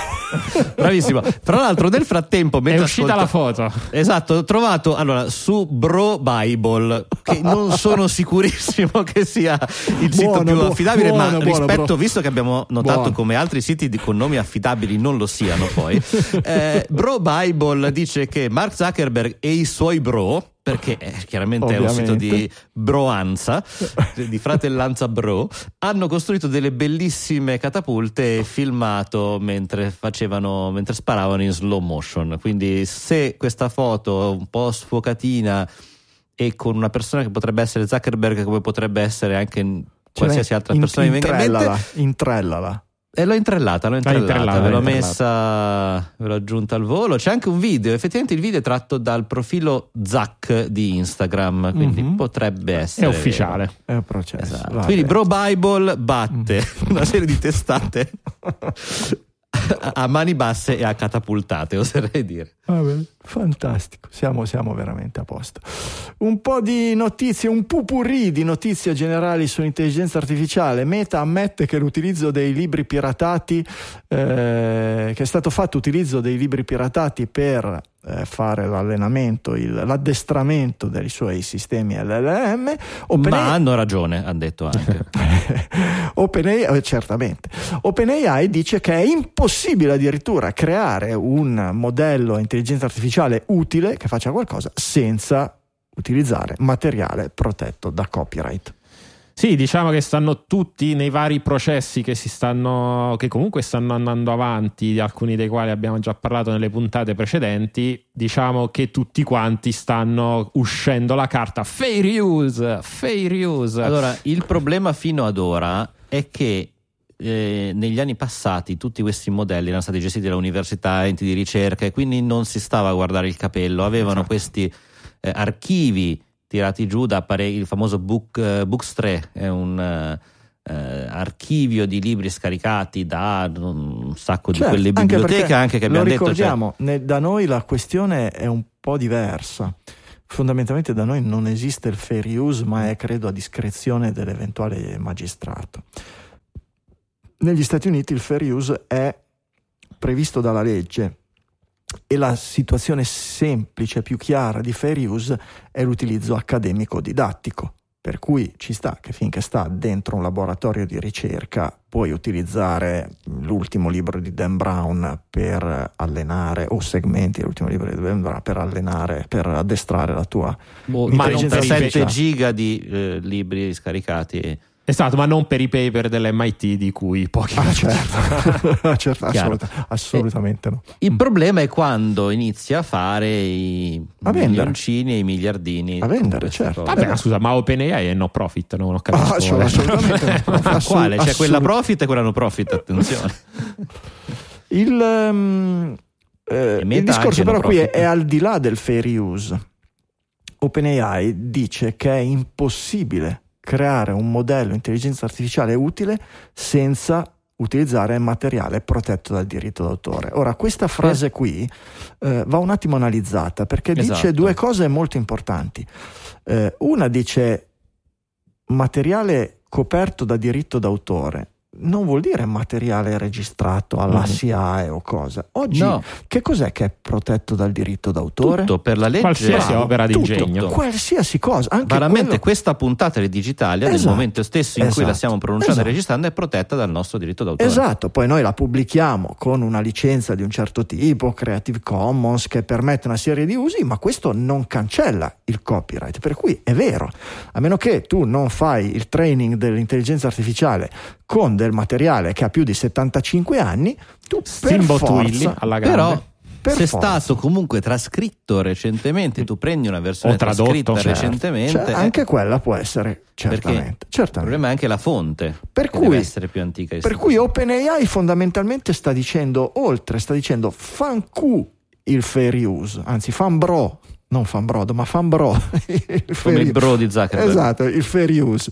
Bravissimo. Tra l'altro nel frattempo è uscita la foto. Esatto, ho trovato su Bro Bible, che non sono sicurissimo che sia il sito più affidabile, ma rispetto, visto che abbiamo notato come altri siti con nomi affidabili non lo siano poi, Bro Bible dice che Mark Zuckerberg e i suoi bro, perché chiaramente è un sito di broanza, di fratellanza bro, hanno costruito delle bellissime catapulte e filmato mentre sparavano in slow motion. Quindi se questa foto un po' sfocatina e con una persona che potrebbe essere Zuckerberg, come potrebbe essere anche qualsiasi altra persona che venga in mente, intrellala. E l'ho intrellata, ve l'ho messa, ve l'ho aggiunta al volo. C'è anche un video, effettivamente il video è tratto dal profilo Zuck di Instagram, quindi potrebbe essere è ufficiale, è un processo. Esatto. Quindi Bro Bible batte una serie di testate a mani basse e a catapultate, oserei dire. Fantastico, siamo veramente a posto. Un po' di notizie, un pupurri di notizie generali sull'intelligenza artificiale. Meta ammette che l'utilizzo dei libri piratati, che è stato fatto utilizzo dei libri piratati per fare l'allenamento, l'addestramento dei suoi sistemi LLM. Ma hanno ragione, hanno detto anche. OpenAI, certamente. OpenAI dice che è impossibile addirittura creare un modello intelligenza artificiale utile che faccia qualcosa senza utilizzare materiale protetto da copyright. Sì, diciamo che stanno tutti nei vari processi che comunque stanno andando avanti, di alcuni dei quali abbiamo già parlato nelle puntate precedenti. Diciamo che tutti quanti stanno uscendo la carta fair use. Allora, il problema fino ad ora è che negli anni passati tutti questi modelli erano stati gestiti da università, enti di ricerca, e quindi non si stava a guardare il capello, avevano questi archivi tirati giù da il famoso Books 3, è un archivio di libri scaricati da un sacco di quelle biblioteche anche che abbiamo detto. Lo ricordiamo, da noi la questione è un po' diversa. Fondamentalmente da noi non esiste il fair use, ma è credo a discrezione dell'eventuale magistrato. Negli Stati Uniti il fair use è previsto dalla legge e la situazione semplice, più chiara di fair use è l'utilizzo accademico didattico, per cui ci sta che finché sta dentro un laboratorio di ricerca puoi utilizzare l'ultimo libro di Dan Brown per allenare, o segmenti dell'ultimo libro di Dan Brown per allenare, per addestrare la tua intelligenza ma 7 artificiale. giga di libri scaricati. Esatto, ma non per i paper dell'MIT di cui pochi. Certo, assolutamente no. Il problema è quando inizia a fare i milioncini e i miliardini a vendere, certo. Vabbè, scusa, ma OpenAI è no profit, non ho capito. Cioè, assolutamente no. Quale? C'è quella profit e quella no profit, attenzione. Il discorso però qui è al di là del fair use. OpenAI dice che è impossibile creare un modello intelligenza artificiale utile senza utilizzare materiale protetto dal diritto d'autore. Ora, questa frase qui va un attimo analizzata, perché dice due cose molto importanti. Una dice materiale coperto da diritto d'autore. Non vuol dire materiale registrato alla SIAE o cosa. Oggi che cos'è che è protetto dal diritto d'autore? Tutto, per la legge. Qualsiasi opera di ingegno. Qualsiasi cosa. Anche veramente questa puntata di Digitalia, nel momento stesso in cui la stiamo pronunciando e registrando, è protetta dal nostro diritto d'autore. Esatto, poi noi la pubblichiamo con una licenza di un certo tipo, Creative Commons, che permette una serie di usi, ma questo non cancella il copyright. Per cui è vero, a meno che tu non fai il training dell'intelligenza artificiale con del materiale che ha più di 75 anni, tu per forza, alla grande. Però se è stato comunque trascritto recentemente, tu prendi una versione trascritta recentemente, anche quella può essere certamente. Il problema è anche la fonte, deve essere più antica. Per cui OpenAI fondamentalmente sta dicendo fancu il fair use, anzi fanbro, non fanbrodo ma fanbro, come il bro di Zuckerberg. Esatto, il fair use.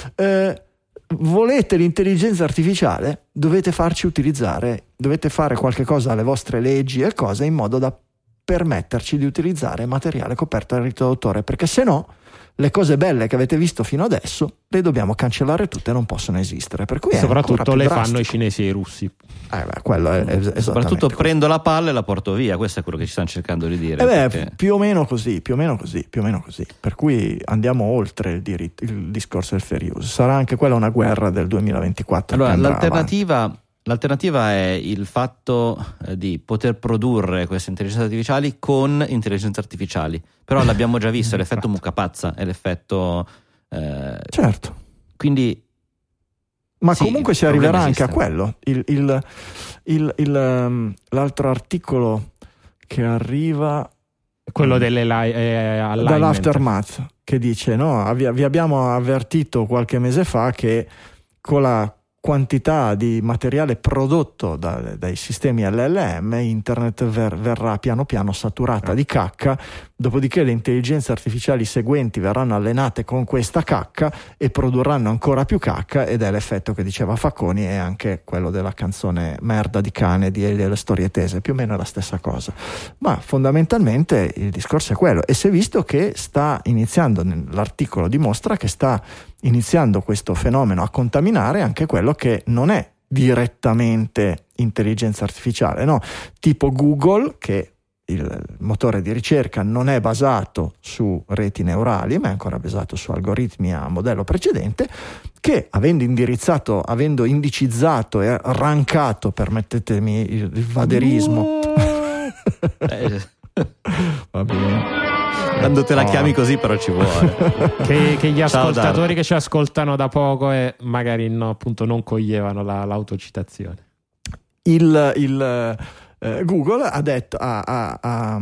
Volete l'intelligenza artificiale? Dovete farci utilizzare, dovete fare qualche cosa alle vostre leggi e cose in modo da permetterci di utilizzare materiale coperto dal diritto d'autore, perché se no le cose belle che avete visto fino adesso le dobbiamo cancellare tutte, non possono esistere. Per cui soprattutto le fanno i cinesi e i russi. Quello è soprattutto prendo la palla e la porto via, questo è quello che ci stanno cercando di dire. Più o meno così. Per cui andiamo oltre il discorso del fair use. Sarà anche quella una guerra del 2024. Allora, l'alternativa è il fatto di poter produrre queste intelligenze artificiali con intelligenze artificiali, però l'abbiamo già visto, è l'effetto mucca-pazza, è l'effetto certo. Quindi comunque si arriverà anche a quello. L'altro articolo che arriva, quello dall'Aftermath, che dice vi abbiamo avvertito qualche mese fa che con la quantità di materiale prodotto dai sistemi LLM, internet verrà piano piano saturata di cacca, dopodiché le intelligenze artificiali seguenti verranno allenate con questa cacca e produrranno ancora più cacca, ed è l'effetto che diceva Facconi e anche quello della canzone Merda di cane delle storie tese, più o meno è la stessa cosa. Ma fondamentalmente il discorso è quello, e si è visto che sta iniziando, l'articolo dimostra che sta iniziando questo fenomeno a contaminare anche quello che non è direttamente intelligenza artificiale, tipo Google, che il motore di ricerca non è basato su reti neurali ma è ancora basato su algoritmi a modello precedente, che avendo indicizzato e rankato, permettetemi il vaderismo, va bene, quando te la chiami così però ci vuole che gli ascoltatori che ci ascoltano da poco e magari appunto non coglievano l'autocitazione. Google ha detto, ha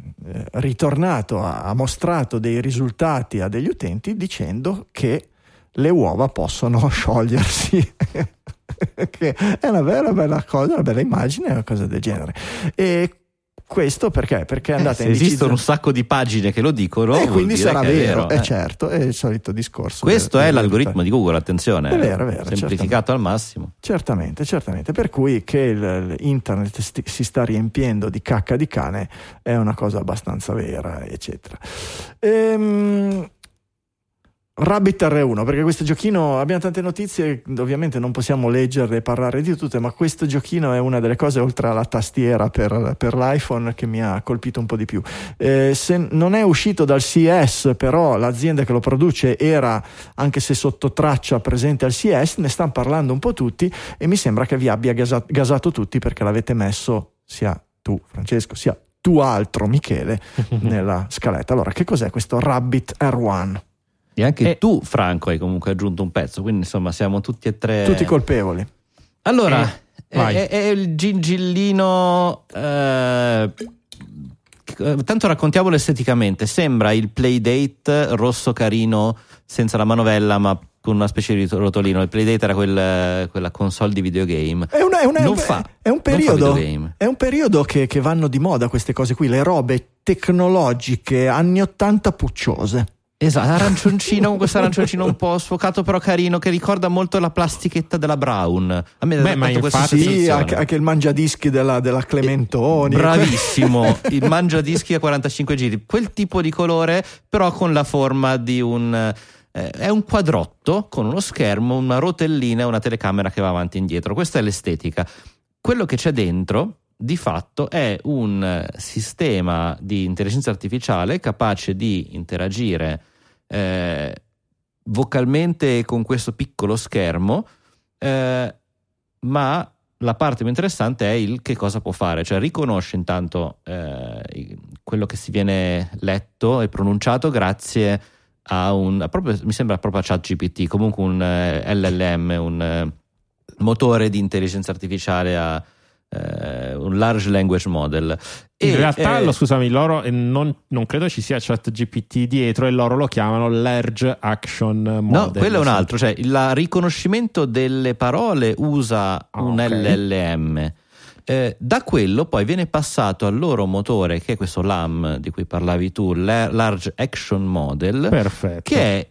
mostrato dei risultati a degli utenti dicendo che le uova possono sciogliersi che è una vera bella cosa, una bella immagine, una cosa del genere. E questo perché è andata in esistono un sacco di pagine che lo dicono e quindi sarà vero, è certo, è il solito discorso. Questo è l'algoritmo di Google, attenzione, è vero, semplificato al massimo. Certamente, per cui che internet si sta riempiendo di cacca di cane è una cosa abbastanza vera, eccetera. Rabbit R1, perché questo giochino, abbiamo tante notizie, ovviamente non possiamo leggerle e parlare di tutte, ma questo giochino è una delle cose, oltre alla tastiera per l'iPhone, che mi ha colpito un po' di più. Se non è uscito dal CES, però l'azienda che lo produce era, anche se sotto traccia, presente al CES, ne stanno parlando un po' tutti e mi sembra che vi abbia gasato tutti, perché l'avete messo sia tu Francesco sia tu altro Michele nella scaletta. Allora, che cos'è questo Rabbit R1? E anche tu, Franco, hai comunque aggiunto un pezzo, quindi insomma siamo tutti e tre tutti colpevoli. Allora, è il gingillino, tanto raccontiamolo esteticamente. Sembra il Playdate rosso carino senza la manovella, ma con una specie di rotolino. Il Playdate era quella console di videogame. È un periodo che vanno di moda queste cose qui, le robe tecnologiche anni 80 pucciose. Esatto, arancioncino, con questo arancioncino un po' sfocato però carino, che ricorda molto la plastichetta della Braun. A me ma infatti sì, anche il mangiadischi della Clementoni. Bravissimo, il mangiadischi a 45 giri, quel tipo di colore, però con la forma di è un quadrotto con uno schermo, una rotellina e una telecamera che va avanti e indietro. Questa è l'estetica. Quello che c'è dentro di fatto è un sistema di intelligenza artificiale capace di interagire vocalmente con questo piccolo schermo, ma la parte più interessante è il che cosa può fare, cioè riconosce intanto quello che si viene letto e pronunciato grazie a mi sembra proprio a ChatGPT, comunque un LLM, un motore di intelligenza artificiale un large language model. In realtà scusami, loro non credo ci sia ChatGPT dietro, e loro lo chiamano large action model. No, quello è un altro, cioè il riconoscimento delle parole usa un LLM. Da quello poi viene passato al loro motore, che è questo LAM di cui parlavi tu, Large Action Model. Perfetto. Che è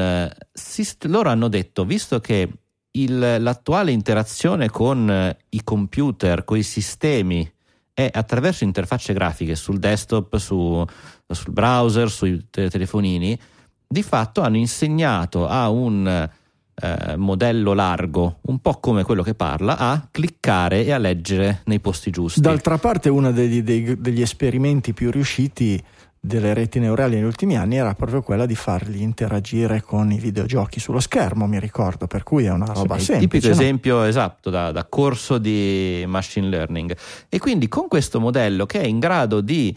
loro hanno detto, visto che l'attuale interazione con i computer, con i sistemi, è attraverso interfacce grafiche sul desktop, sul browser, sui telefonini, di fatto hanno insegnato a un modello largo, un po' come quello che parla, a cliccare e a leggere nei posti giusti. D'altra parte, uno degli esperimenti più riusciti delle reti neurali negli ultimi anni era proprio quella di farli interagire con i videogiochi sullo schermo, mi ricordo, per cui è una roba semplice. Tipico esempio esatto da corso di machine learning. E quindi con questo modello, che è in grado di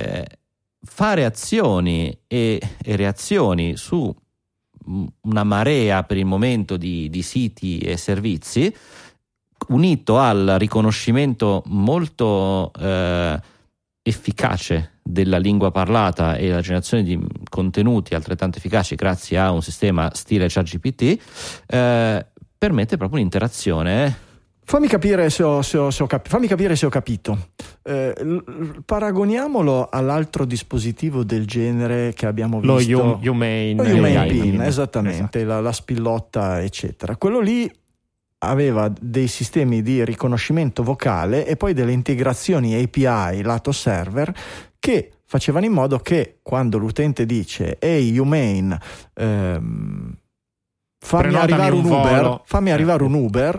fare azioni e reazioni su una marea per il momento di siti e servizi, unito al riconoscimento molto efficace della lingua parlata e la generazione di contenuti altrettanto efficaci grazie a un sistema stile ChatGPT, permette proprio un'interazione. Fammi capire se ho capito. Paragoniamolo all'altro dispositivo del genere che abbiamo visto, lo Humane Bean, esattamente, esatto. La spillotta eccetera. Quello lì aveva dei sistemi di riconoscimento vocale e poi delle integrazioni API lato server che facevano in modo che quando l'utente dice "Hey Humane, fammi arrivare un Uber",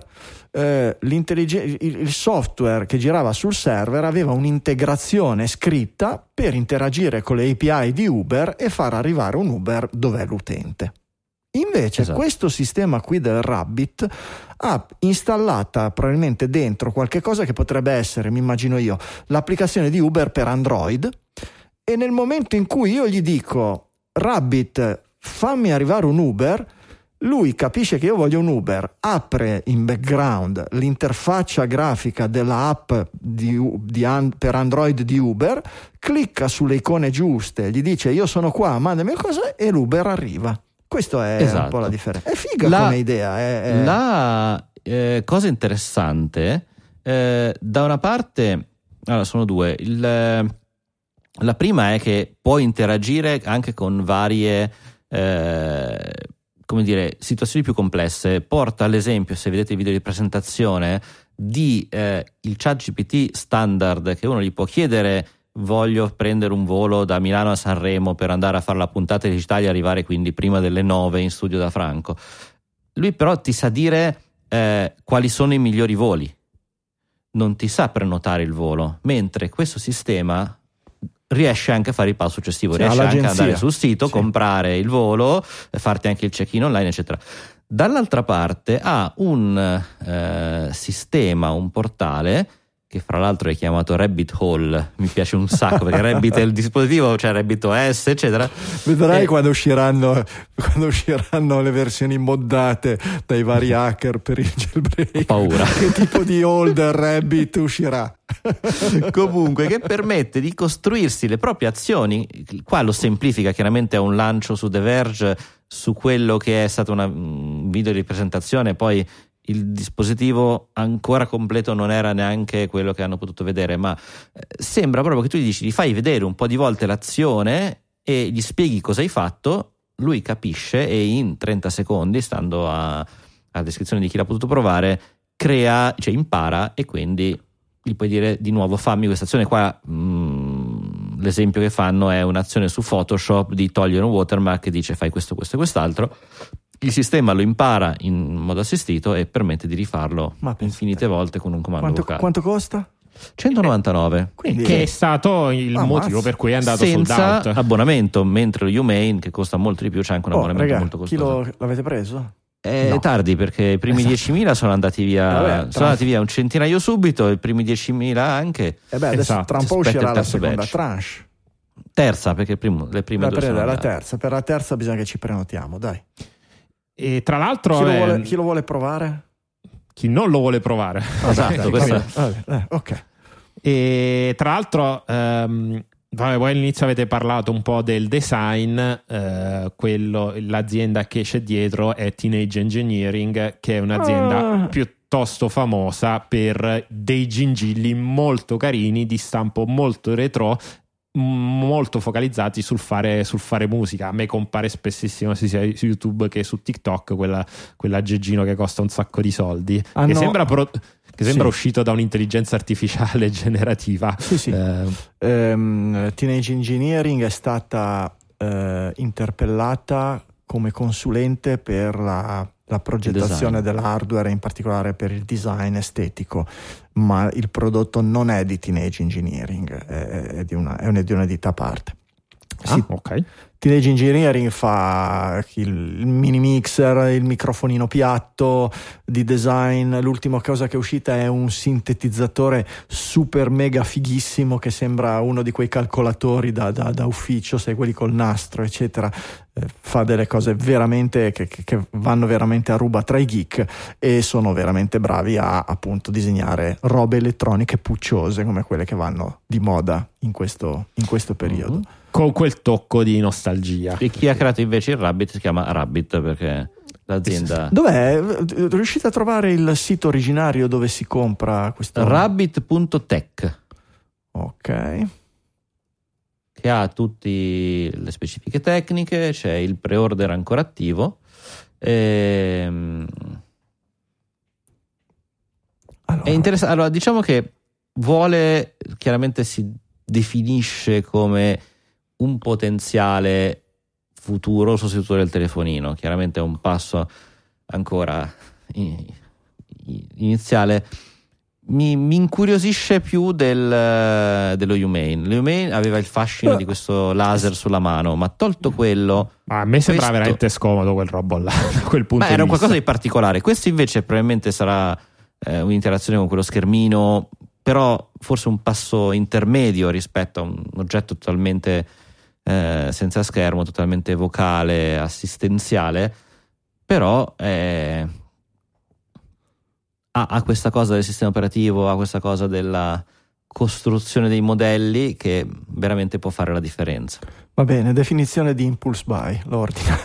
il software che girava sul server aveva un'integrazione scritta per interagire con le API di Uber e far arrivare un Uber dov'è l'utente. Invece questo sistema qui del Rabbit ha installata probabilmente dentro qualche cosa che potrebbe essere, mi immagino io, l'applicazione di Uber per Android, e nel momento in cui io gli dico "Rabbit, fammi arrivare un Uber", lui capisce che io voglio un Uber, apre in background l'interfaccia grafica della app per Android di Uber, clicca sulle icone giuste, gli dice "io sono qua, mandami una cosa", e l'Uber arriva. Questo è un po' la differenza. È figa come idea. La cosa interessante, da una parte, allora sono due. La prima è che può interagire anche con varie situazioni più complesse. Porta all'esempio, se vedete il video di presentazione, di il ChatGPT standard, che uno gli può chiedere voglio prendere un volo da Milano a Sanremo per andare a fare la puntata di Italia e arrivare quindi prima delle 9 in studio da Franco. Lui però ti sa dire quali sono i migliori voli, non ti sa prenotare il volo, mentre questo sistema riesce anche a fare il passo successivo, riesce anche ad andare sul sito, comprare il volo, farti anche il check-in online, eccetera. Dall'altra parte ha un sistema, un portale che fra l'altro è chiamato Rabbit Hole, mi piace un sacco perché Rabbit è il dispositivo, c'è Rabbit OS eccetera. Vedrai quando usciranno le versioni moddate dai vari hacker per il jailbreak. Paura. Che tipo di holder Rabbit uscirà? Comunque, che permette di costruirsi le proprie azioni. Qua lo semplifica, chiaramente è un lancio su The Verge su quello che è stato un video di presentazione, poi il dispositivo ancora completo non era neanche quello che hanno potuto vedere, ma sembra proprio che tu gli fai vedere un po' di volte l'azione e gli spieghi cosa hai fatto, lui capisce e in 30 secondi, stando alla descrizione di chi l'ha potuto provare, impara, e quindi gli puoi dire di nuovo fammi questa azione qua. L'esempio che fanno è un'azione su Photoshop di togliere un watermark e dice fai questo, questo e quest'altro. Il sistema lo impara in modo assistito e permette di rifarlo infinite volte con un comando vocale. Quanto costa? 199. Quindi che è stato il motivo per cui è andato senza sold out. Abbonamento, mentre lo Humane, che costa molto di più, c'è anche un abbonamento molto costoso. Chi l'avete preso? È tardi, perché i primi 10.000 sono andati via. Sono andati via un centinaio subito, i primi 10.000 anche. Adesso tra un po' uscirà la seconda tranche. Terza, perché le prime due sono la terza. Per la terza bisogna che ci prenotiamo, dai. E tra l'altro chi lo vuole provare? Chi non lo vuole provare. Esatto, ok. E tra l'altro voi all'inizio avete parlato un po' del design, l'azienda che c'è dietro è Teenage Engineering, che è un'azienda piuttosto famosa per dei gingilli molto carini di stampo molto retro, molto focalizzati sul fare musica. A me compare spessissimo sia su YouTube che su TikTok quell'aggeggino che costa un sacco di soldi, che sembra uscito da un'intelligenza artificiale generativa. Teenage Engineering è stata interpellata come consulente per la progettazione dell'hardware, in particolare per il design estetico, ma il prodotto non è di Teenage Engineering, è di una ditta a parte. Ok. Teenage Engineering fa il mini mixer, il microfonino piatto di design. L'ultima cosa che è uscita è un sintetizzatore super mega fighissimo che sembra uno di quei calcolatori da ufficio, sai, quelli col nastro eccetera. Fa delle cose veramente che vanno veramente a ruba tra i geek, e sono veramente bravi a appunto disegnare robe elettroniche pucciose come quelle che vanno di moda in questo periodo. Con quel tocco di nostalgia. E chi ha creato invece il Rabbit si chiama Rabbit, perché l'azienda... Dov'è? Riuscite a trovare il sito originario dove si compra questo? Rabbit.tech. Ok. Che ha tutte le specifiche tecniche, c'è il pre-order ancora attivo. È interessante. Allora, diciamo che chiaramente si definisce come un potenziale futuro sostituto del telefonino. Chiaramente è un passo ancora iniziale. Mi incuriosisce più dello Humane. L'Humane aveva il fascino di questo laser sulla mano, ma tolto quello, a me sembra veramente scomodo quel robot là, da quel punto di era vista. qualcosa di particolare. Questo invece probabilmente sarà un'interazione con quello schermino, però forse un passo intermedio rispetto a un oggetto totalmente senza schermo, totalmente vocale, assistenziale, però ha questa cosa del sistema operativo, ha questa cosa della costruzione dei modelli che veramente può fare la differenza. Va bene, definizione di impulse buy, l'ho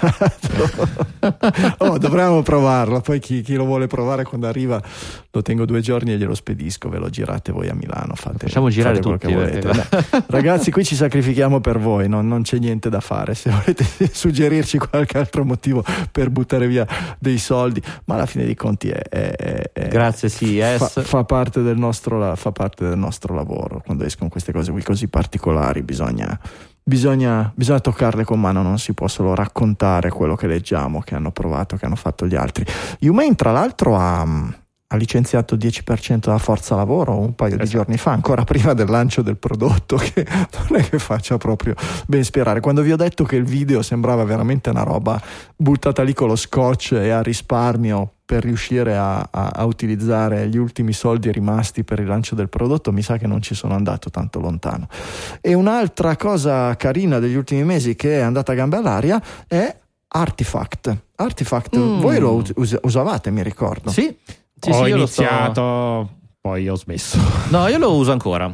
ordinato. Dovremmo provarlo, poi chi lo vuole provare quando arriva lo tengo 2 giorni e glielo spedisco, ve lo girate voi a Milano, facciamo girare quello tutti, che volete. Ragazzi, qui ci sacrifichiamo per voi, non c'è niente da fare, se volete suggerirci qualche altro motivo per buttare via dei soldi, ma alla fine dei conti grazie CES, fa parte del nostro lavoro. Quando escono queste cose qui così particolari bisogna toccarle con mano, non si può solo raccontare quello che leggiamo, che hanno provato, che hanno fatto gli altri. Humane tra l'altro ha licenziato il 10% della forza lavoro un paio di giorni fa, ancora prima del lancio del prodotto, che non è che faccia proprio ben sperare. Quando vi ho detto che il video sembrava veramente una roba buttata lì con lo scotch e a risparmio per riuscire a utilizzare gli ultimi soldi rimasti per il lancio del prodotto, mi sa che non ci sono andato tanto lontano. E un'altra cosa carina degli ultimi mesi che è andata a gambe all'aria è Artifact. Voi lo usavate, mi ricordo. Sì, ho iniziato, poi ho smesso. No, io lo uso ancora.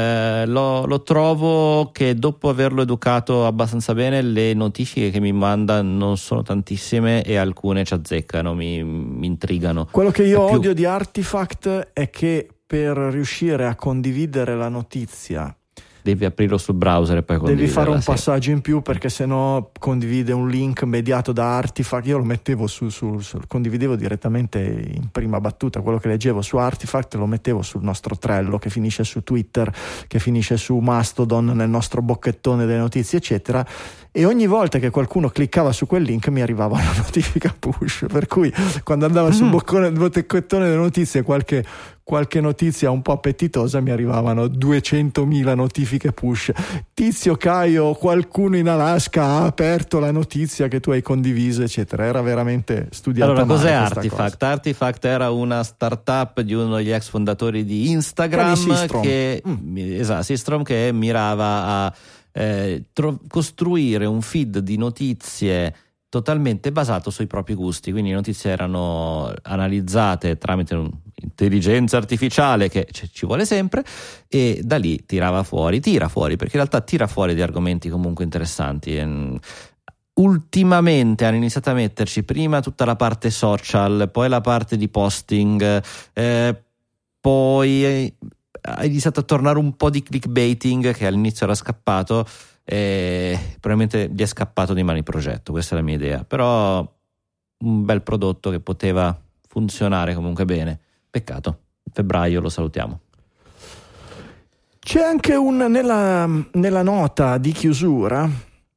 Lo trovo che dopo averlo educato abbastanza bene, le notifiche che mi manda non sono tantissime e alcune ci azzeccano, mi intrigano. Quello che io odio di Artifact è che per riuscire a condividere la notizia devi aprirlo sul browser e poi devi fare un passaggio in più, perché sennò condivide un link mediato da Artifact. Io lo mettevo condividevo direttamente in prima battuta quello che leggevo su Artifact, lo mettevo sul nostro Trello che finisce su Twitter, che finisce su Mastodon, nel nostro bocchettone delle notizie eccetera, e ogni volta che qualcuno cliccava su quel link mi arrivava una notifica push, per cui quando andava sul bocchettone delle notizie qualche notizia un po' appetitosa mi arrivavano 200.000 notifiche push. Tizio Caio, qualcuno in Alaska ha aperto la notizia che tu hai condiviso eccetera. Era veramente studiata. Allora, cos'è Artifact? Artifact era una startup di uno degli ex fondatori di Instagram, Systrom, che mirava a costruire un feed di notizie totalmente basato sui propri gusti, quindi le notizie erano analizzate tramite un'intelligenza artificiale che ci vuole sempre, e da lì tira fuori, perché in realtà tira fuori di argomenti comunque interessanti. Ultimamente hanno iniziato a metterci prima tutta la parte social, poi la parte di posting, poi ha iniziato a tornare un po' di clickbaiting che all'inizio era scappato, e probabilmente gli è scappato di mano il progetto, questa è la mia idea, però un bel prodotto che poteva funzionare comunque bene. Peccato, febbraio lo salutiamo. C'è anche nella nota di chiusura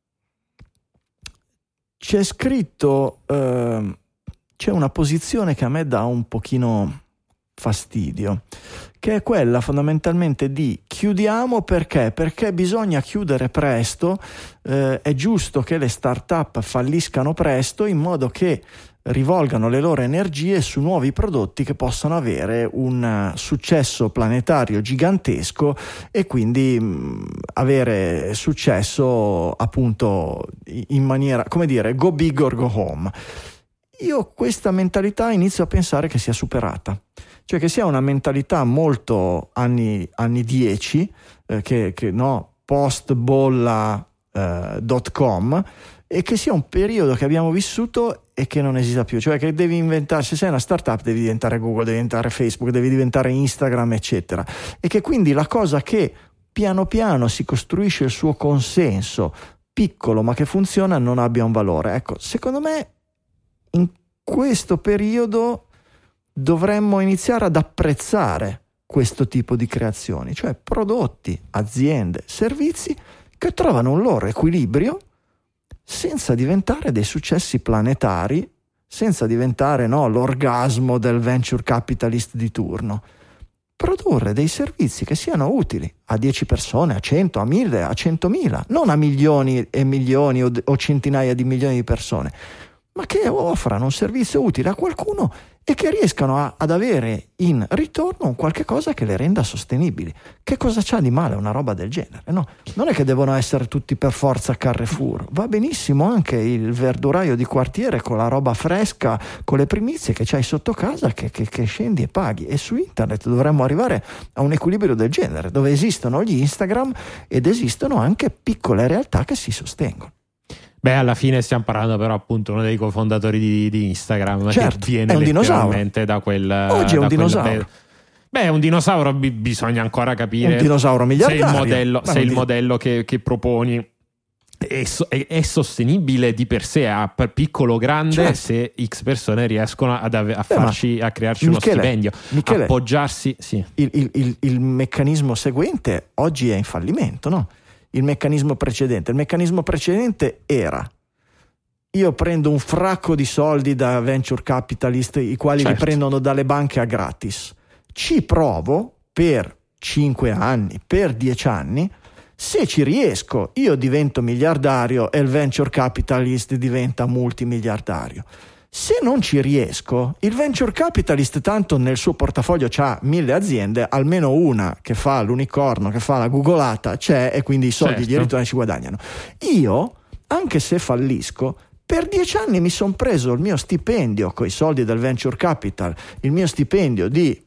c'è scritto, c'è una posizione che a me dà un pochino fastidio, che è quella fondamentalmente di chiudiamo perché bisogna chiudere presto, è giusto che le start-up falliscano presto in modo che rivolgano le loro energie su nuovi prodotti che possano avere un successo planetario gigantesco e quindi avere successo appunto in maniera, come dire, go big or go home. Io questa mentalità inizio a pensare che sia superata, cioè che sia una mentalità molto anni 10, che no, post bolla.com, e che sia un periodo che abbiamo vissuto e che non esista più, cioè che devi inventare, se sei una startup devi diventare Google, devi diventare Facebook, devi diventare Instagram eccetera, e che quindi la cosa che piano piano si costruisce il suo consenso piccolo ma che funziona non abbia un valore. Ecco, secondo me in questo periodo dovremmo iniziare ad apprezzare questo tipo di creazioni, cioè prodotti, aziende, servizi che trovano un loro equilibrio senza diventare dei successi planetari, senza diventare l'orgasmo del venture capitalist di turno. Produrre dei servizi che siano utili a 10 persone, a 100, a 1000, a 100.000, non a milioni e milioni o centinaia di milioni di persone, ma che offrano un servizio utile a qualcuno e che riescano ad avere in ritorno un qualche cosa che le renda sostenibili. Che cosa c'ha di male una roba del genere? No? Non è che devono essere tutti per forza Carrefour, va benissimo anche il verduraio di quartiere con la roba fresca, con le primizie che c'hai sotto casa, che scendi e paghi. E su internet dovremmo arrivare a un equilibrio del genere, dove esistono gli Instagram ed esistono anche piccole realtà che si sostengono. Beh, alla fine stiamo parlando però appunto uno dei cofondatori di Instagram, certo, che viene letteralmente da quel... Oggi è un dinosauro. Beh, un dinosauro bisogna ancora capire. Un dinosauro miliardario. Se il modello che proponi è sostenibile di per sé, a piccolo o grande, certo, se X persone riescono a crearci uno stipendio. Michele, appoggiarsi, sì. Il meccanismo seguente oggi è in fallimento, no? Il meccanismo precedente era: io prendo un fracco di soldi da venture capitalist, i quali li prendono dalle banche a gratis, ci provo per 5 anni, per 10 anni, se ci riesco io divento miliardario e il venture capitalist diventa multimiliardario. Se non ci riesco, il venture capitalist tanto nel suo portafoglio c'ha 1000 aziende, almeno una che fa l'unicorno, che fa la googolata c'è, e quindi i soldi di ritorno ci guadagnano. Io, anche se fallisco, per 10 anni mi sono preso il mio stipendio con i soldi del venture capital, il mio stipendio di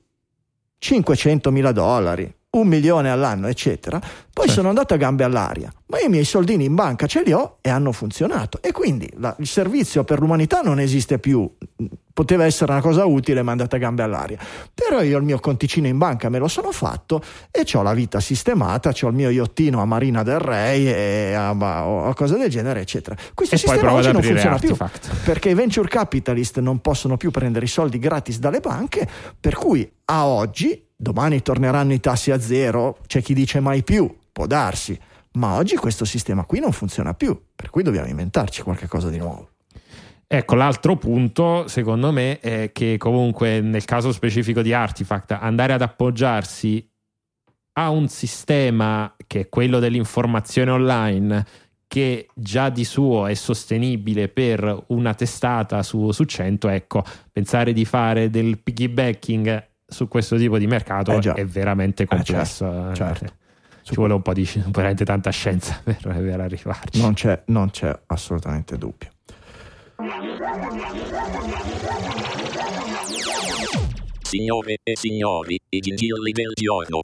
$500.000, $1 milione all'anno, eccetera. Poi sono andato a gambe all'aria, ma io i miei soldini in banca ce li ho e hanno funzionato, e quindi il servizio per l'umanità non esiste più. Poteva essere una cosa utile, ma è andata a gambe all'aria. Però io il mio conticino in banca me lo sono fatto e c'ho la vita sistemata, c'ho il mio iottino a Marina del Rey e a cose del genere, eccetera. Questo sistema oggi non funziona più, perché i venture capitalist non possono più prendere i soldi gratis dalle banche, per cui a oggi, domani torneranno i tassi a zero, c'è chi dice mai più, può darsi, ma oggi questo sistema qui non funziona più, per cui dobbiamo inventarci qualche cosa di nuovo. Ecco, l'altro punto secondo me è che comunque nel caso specifico di Artifact andare ad appoggiarsi a un sistema che è quello dell'informazione online, che già di suo è sostenibile per una testata su 100, ecco, pensare di fare del piggybacking su questo tipo di mercato è veramente complesso. Certo. Ci vuole un po' di veramente tanta scienza per arrivarci. Non c'è assolutamente dubbio. Signore e signori, i gingilli del giorno.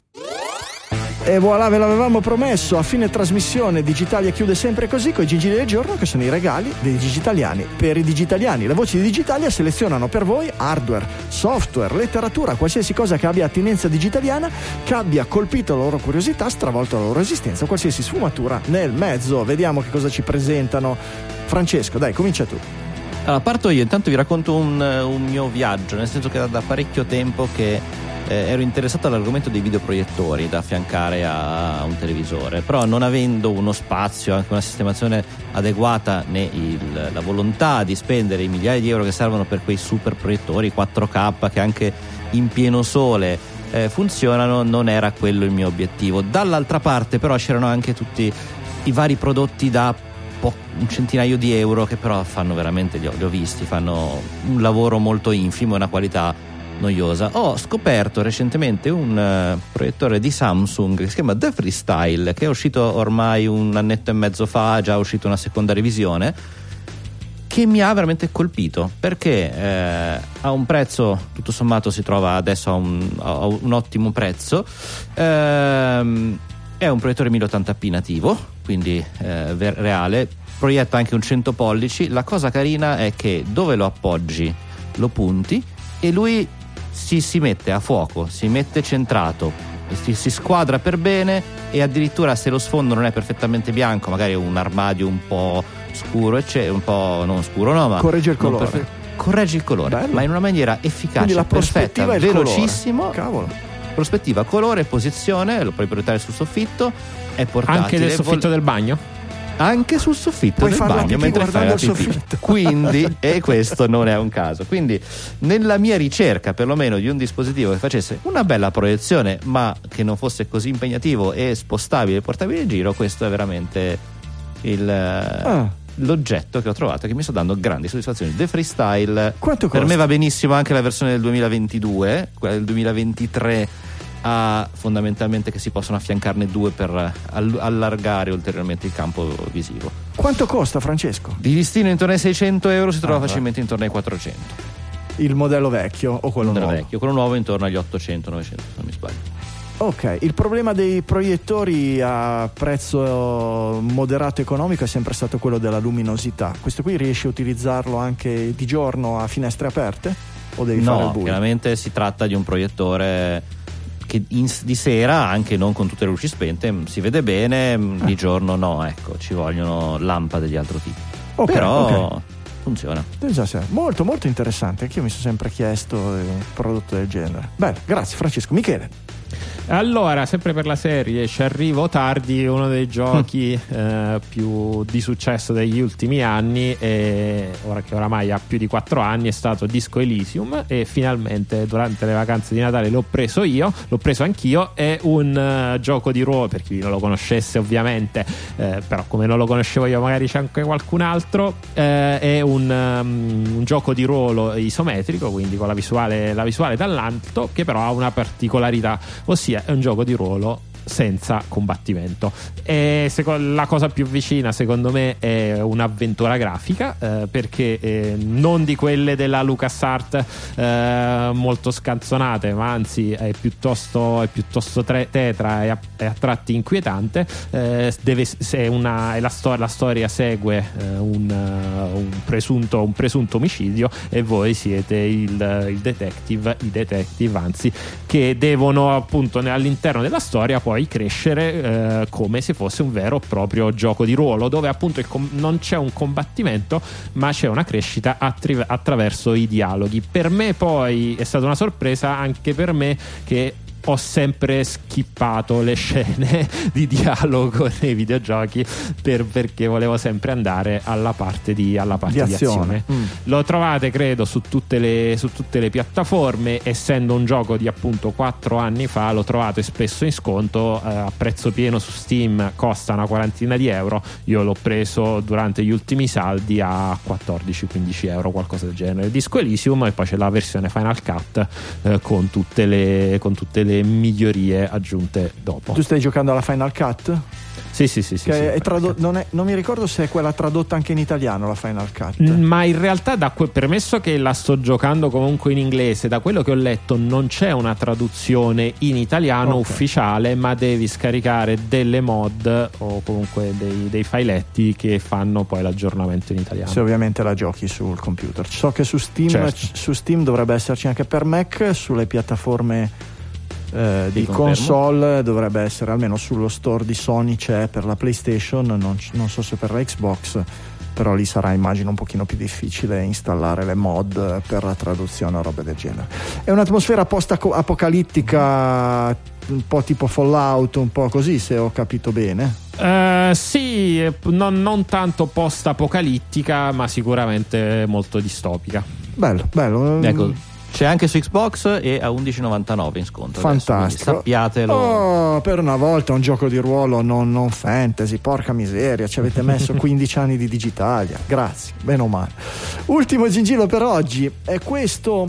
E voilà, ve l'avevamo promesso, a fine trasmissione Digitalia chiude sempre così con i gingilli del giorno, che sono i regali dei digitaliani per i digitaliani. Le voci di Digitalia selezionano per voi hardware, software, letteratura, qualsiasi cosa che abbia attinenza digitaliana, che abbia colpito la loro curiosità, stravolto la loro esistenza, qualsiasi sfumatura nel mezzo. Vediamo che cosa ci presentano. Francesco, dai, comincia tu. Allora, parto io, intanto vi racconto un mio viaggio, nel senso che da parecchio tempo che ero interessato all'argomento dei videoproiettori da affiancare a un televisore, però non avendo uno spazio, anche una sistemazione adeguata, né la volontà di spendere i migliaia di euro che servono per quei super proiettori 4K che anche in pieno sole funzionano, non era quello il mio obiettivo. Dall'altra parte però c'erano anche tutti i vari prodotti da un centinaio di euro che però fanno veramente, li ho visti, fanno un lavoro molto infimo e una qualità noiosa. Ho scoperto recentemente un proiettore di Samsung che si chiama The Freestyle, che è uscito ormai un annetto e mezzo fa, già è uscito una seconda revisione, che mi ha veramente colpito, perché a un prezzo, tutto sommato si trova adesso a un ottimo prezzo. È un proiettore 1080p nativo, quindi reale, proietta anche un 100 pollici. La cosa carina è che dove lo appoggi lo punti e lui si mette a fuoco, si mette centrato, si squadra per bene, e addirittura se lo sfondo non è perfettamente bianco, magari un armadio un po' scuro, un po' non scuro, no, ma corregge il colore. Corregge il colore, bello, ma in una maniera efficace, la perfetta, velocissimo. Cavolo. Prospettiva, colore, posizione, lo puoi proiettare sul soffitto, è portatile. Anche del soffitto del bagno? Anche sul soffitto del bagno mentre fai la pipì. Quindi, e questo non è un caso. Quindi, nella mia ricerca perlomeno di un dispositivo che facesse una bella proiezione, ma che non fosse così impegnativo e spostabile e portabile in giro, questo è veramente l'oggetto che ho trovato che mi sta dando grandi soddisfazioni. The Freestyle. Quanto per costa? me va benissimo anche la versione del 2022, quella del 2023 ha fondamentalmente che si possono affiancarne due per allargare ulteriormente il campo visivo. Quanto costa, Francesco? Di listino intorno ai 600 euro, si trova beh. facilmente intorno ai 400. Il modello vecchio o quello Quello nuovo? vecchio, quello nuovo intorno agli 800-900 se non mi sbaglio. Ok, il problema dei proiettori a prezzo moderato economico è sempre stato quello della luminosità. Questo qui riesci a utilizzarlo anche di giorno a finestre aperte? O devi fare il No, buio? chiaramente si tratta di un proiettore che di sera, anche non con tutte le luci spente, si vede bene, di giorno no, ecco, ci vogliono lampade di altro tipo. Ok, Però ok. funziona. Già, sì. Molto molto interessante, anch'io mi sono sempre chiesto un prodotto del genere. Bene, grazie Francesco. Michele. Allora, sempre per la serie, ci arrivo tardi, uno dei giochi più di successo degli ultimi anni, e ora che oramai ha più di 4 anni, è stato Disco Elysium, e finalmente durante le vacanze di Natale l'ho preso anch'io. È un gioco di ruolo, per chi non lo conoscesse ovviamente, però come non lo conoscevo io magari c'è anche qualcun altro. È un gioco di ruolo isometrico, quindi con la visuale dall'alto, che però ha una particolarità, ossia è un gioco di ruolo senza combattimento. E la cosa più vicina secondo me è un'avventura grafica, perché non di quelle della LucasArts molto scanzonate, ma anzi è piuttosto tetra e a tratti inquietante. La storia segue un presunto omicidio, e voi siete i detective anzi, che devono appunto all'interno della storia poi crescere come se fosse un vero e proprio gioco di ruolo, dove appunto non c'è un combattimento, ma c'è una crescita attraverso i dialoghi. Per me poi è stata una sorpresa, anche per me, che ho sempre skippato le scene di dialogo nei videogiochi perché volevo sempre andare alla parte di azione. Lo trovate credo su tutte le piattaforme, essendo un gioco di appunto 4 anni fa. Lo trovate spesso in sconto, a prezzo pieno su Steam costa una quarantina di euro. Io l'ho preso durante gli ultimi saldi a 14-15 euro, qualcosa del genere. Disco Elysium, e poi c'è la versione Final Cut con tutte le migliorie aggiunte dopo. Tu stai giocando alla Final Cut? Sì, Che è non mi ricordo se è quella tradotta anche in italiano, la Final Cut. Ma in realtà, permesso che la sto giocando comunque in inglese, da quello che ho letto non c'è una traduzione in italiano ufficiale, ma devi scaricare delle mod o comunque dei filetti che fanno poi l'aggiornamento in italiano. Se ovviamente la giochi sul computer. So che su Steam, certo. Su Steam dovrebbe esserci anche per Mac, sulle piattaforme di console dovrebbe essere, almeno sullo store di Sony c'è, per la PlayStation non so se per la Xbox, però lì sarà, immagino, un pochino più difficile installare le mod per la traduzione o robe del genere. È un'atmosfera post-apocalittica, un po' tipo Fallout, un po' così, se ho capito bene. Sì, non tanto post-apocalittica, ma sicuramente molto distopica. Bello. Ecco, c'è anche su Xbox e a 11,99 in sconto. Fantastico. Sappiatelo. Per una volta un gioco di ruolo non fantasy, porca miseria, ci avete messo 15 anni di Digitalia, grazie, bene o male. Ultimo gingillo per oggi è questo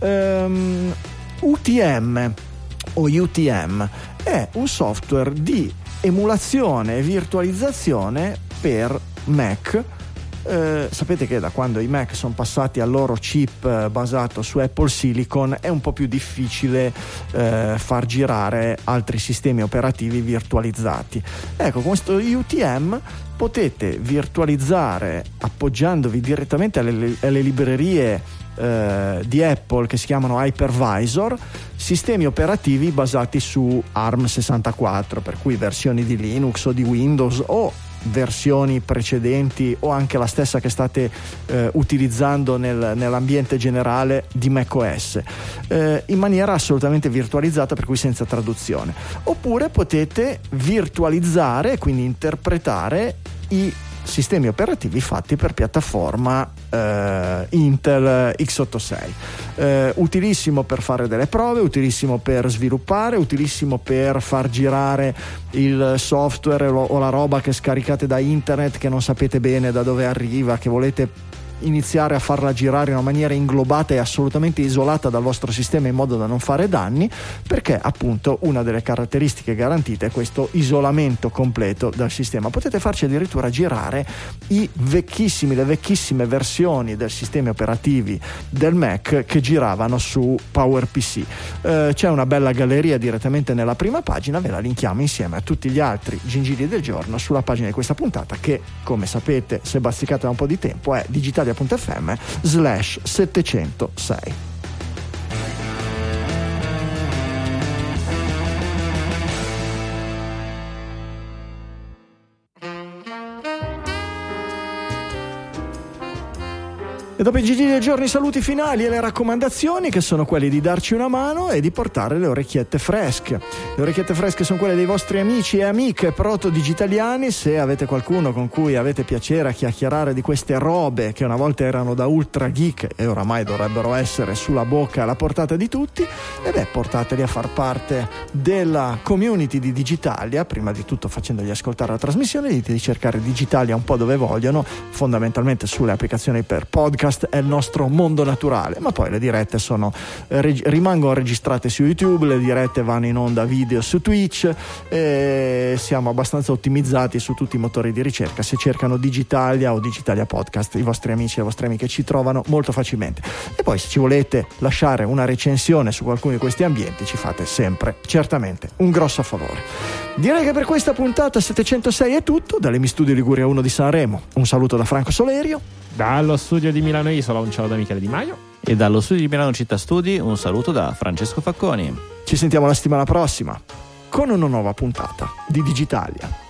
UTM o UTM, è un software di emulazione e virtualizzazione per Mac. Sapete che da quando i Mac sono passati al loro chip basato su Apple Silicon è un po' più difficile far girare altri sistemi operativi virtualizzati. Ecco, con questo UTM potete virtualizzare, appoggiandovi direttamente alle librerie di Apple che si chiamano Hypervisor, sistemi operativi basati su ARM64, per cui versioni di Linux o di Windows o versioni precedenti, o anche la stessa che state utilizzando nell'ambiente generale di macOS, in maniera assolutamente virtualizzata, per cui senza traduzione. Oppure potete virtualizzare, quindi interpretare i sistemi operativi fatti per piattaforma Intel x86, utilissimo per fare delle prove, utilissimo per sviluppare, utilissimo per far girare il software o la roba che scaricate da internet, che non sapete bene da dove arriva, che volete iniziare a farla girare in una maniera inglobata e assolutamente isolata dal vostro sistema in modo da non fare danni, perché appunto una delle caratteristiche garantite è questo isolamento completo dal sistema. Potete farci addirittura girare le vecchissime versioni del sistemi operativi del Mac che giravano su PowerPC. C'è una bella galleria direttamente nella prima pagina, ve la linkiamo insieme a tutti gli altri gingilli del giorno sulla pagina di questa puntata, che come sapete, se bazzicate da un po' di tempo, è digitalia.fm/706. E dopo i giri dei giorni, saluti finali e le raccomandazioni, che sono quelli di darci una mano e di portare le orecchiette fresche. Le orecchiette fresche sono quelle dei vostri amici e amiche proto-digitaliani. Se avete qualcuno con cui avete piacere a chiacchierare di queste robe che una volta erano da ultra geek e oramai dovrebbero essere sulla bocca alla portata di tutti, portateli a far parte della community di Digitalia, prima di tutto facendogli ascoltare la trasmissione. Dite di cercare Digitalia un po' dove vogliono, fondamentalmente sulle applicazioni per podcast. È il nostro mondo naturale, ma poi le dirette rimangono registrate su YouTube, le dirette vanno in onda video su Twitch, e siamo abbastanza ottimizzati su tutti i motori di ricerca. Se cercano Digitalia o Digitalia Podcast, i vostri amici e le vostre amiche ci trovano molto facilmente. E poi, se ci volete lasciare una recensione su qualcuno di questi ambienti, ci fate sempre certamente un grosso favore. Direi che per questa puntata 706 è tutto. Dall'Emi Studio Liguria 1 di Sanremo un saluto da Franco Solerio, dallo studio di Milano Isola un ciao da Michele Di Maio, e dallo studio di Milano Città Studi un saluto da Francesco Facconi. Ci sentiamo la settimana prossima con una nuova puntata di Digitalia.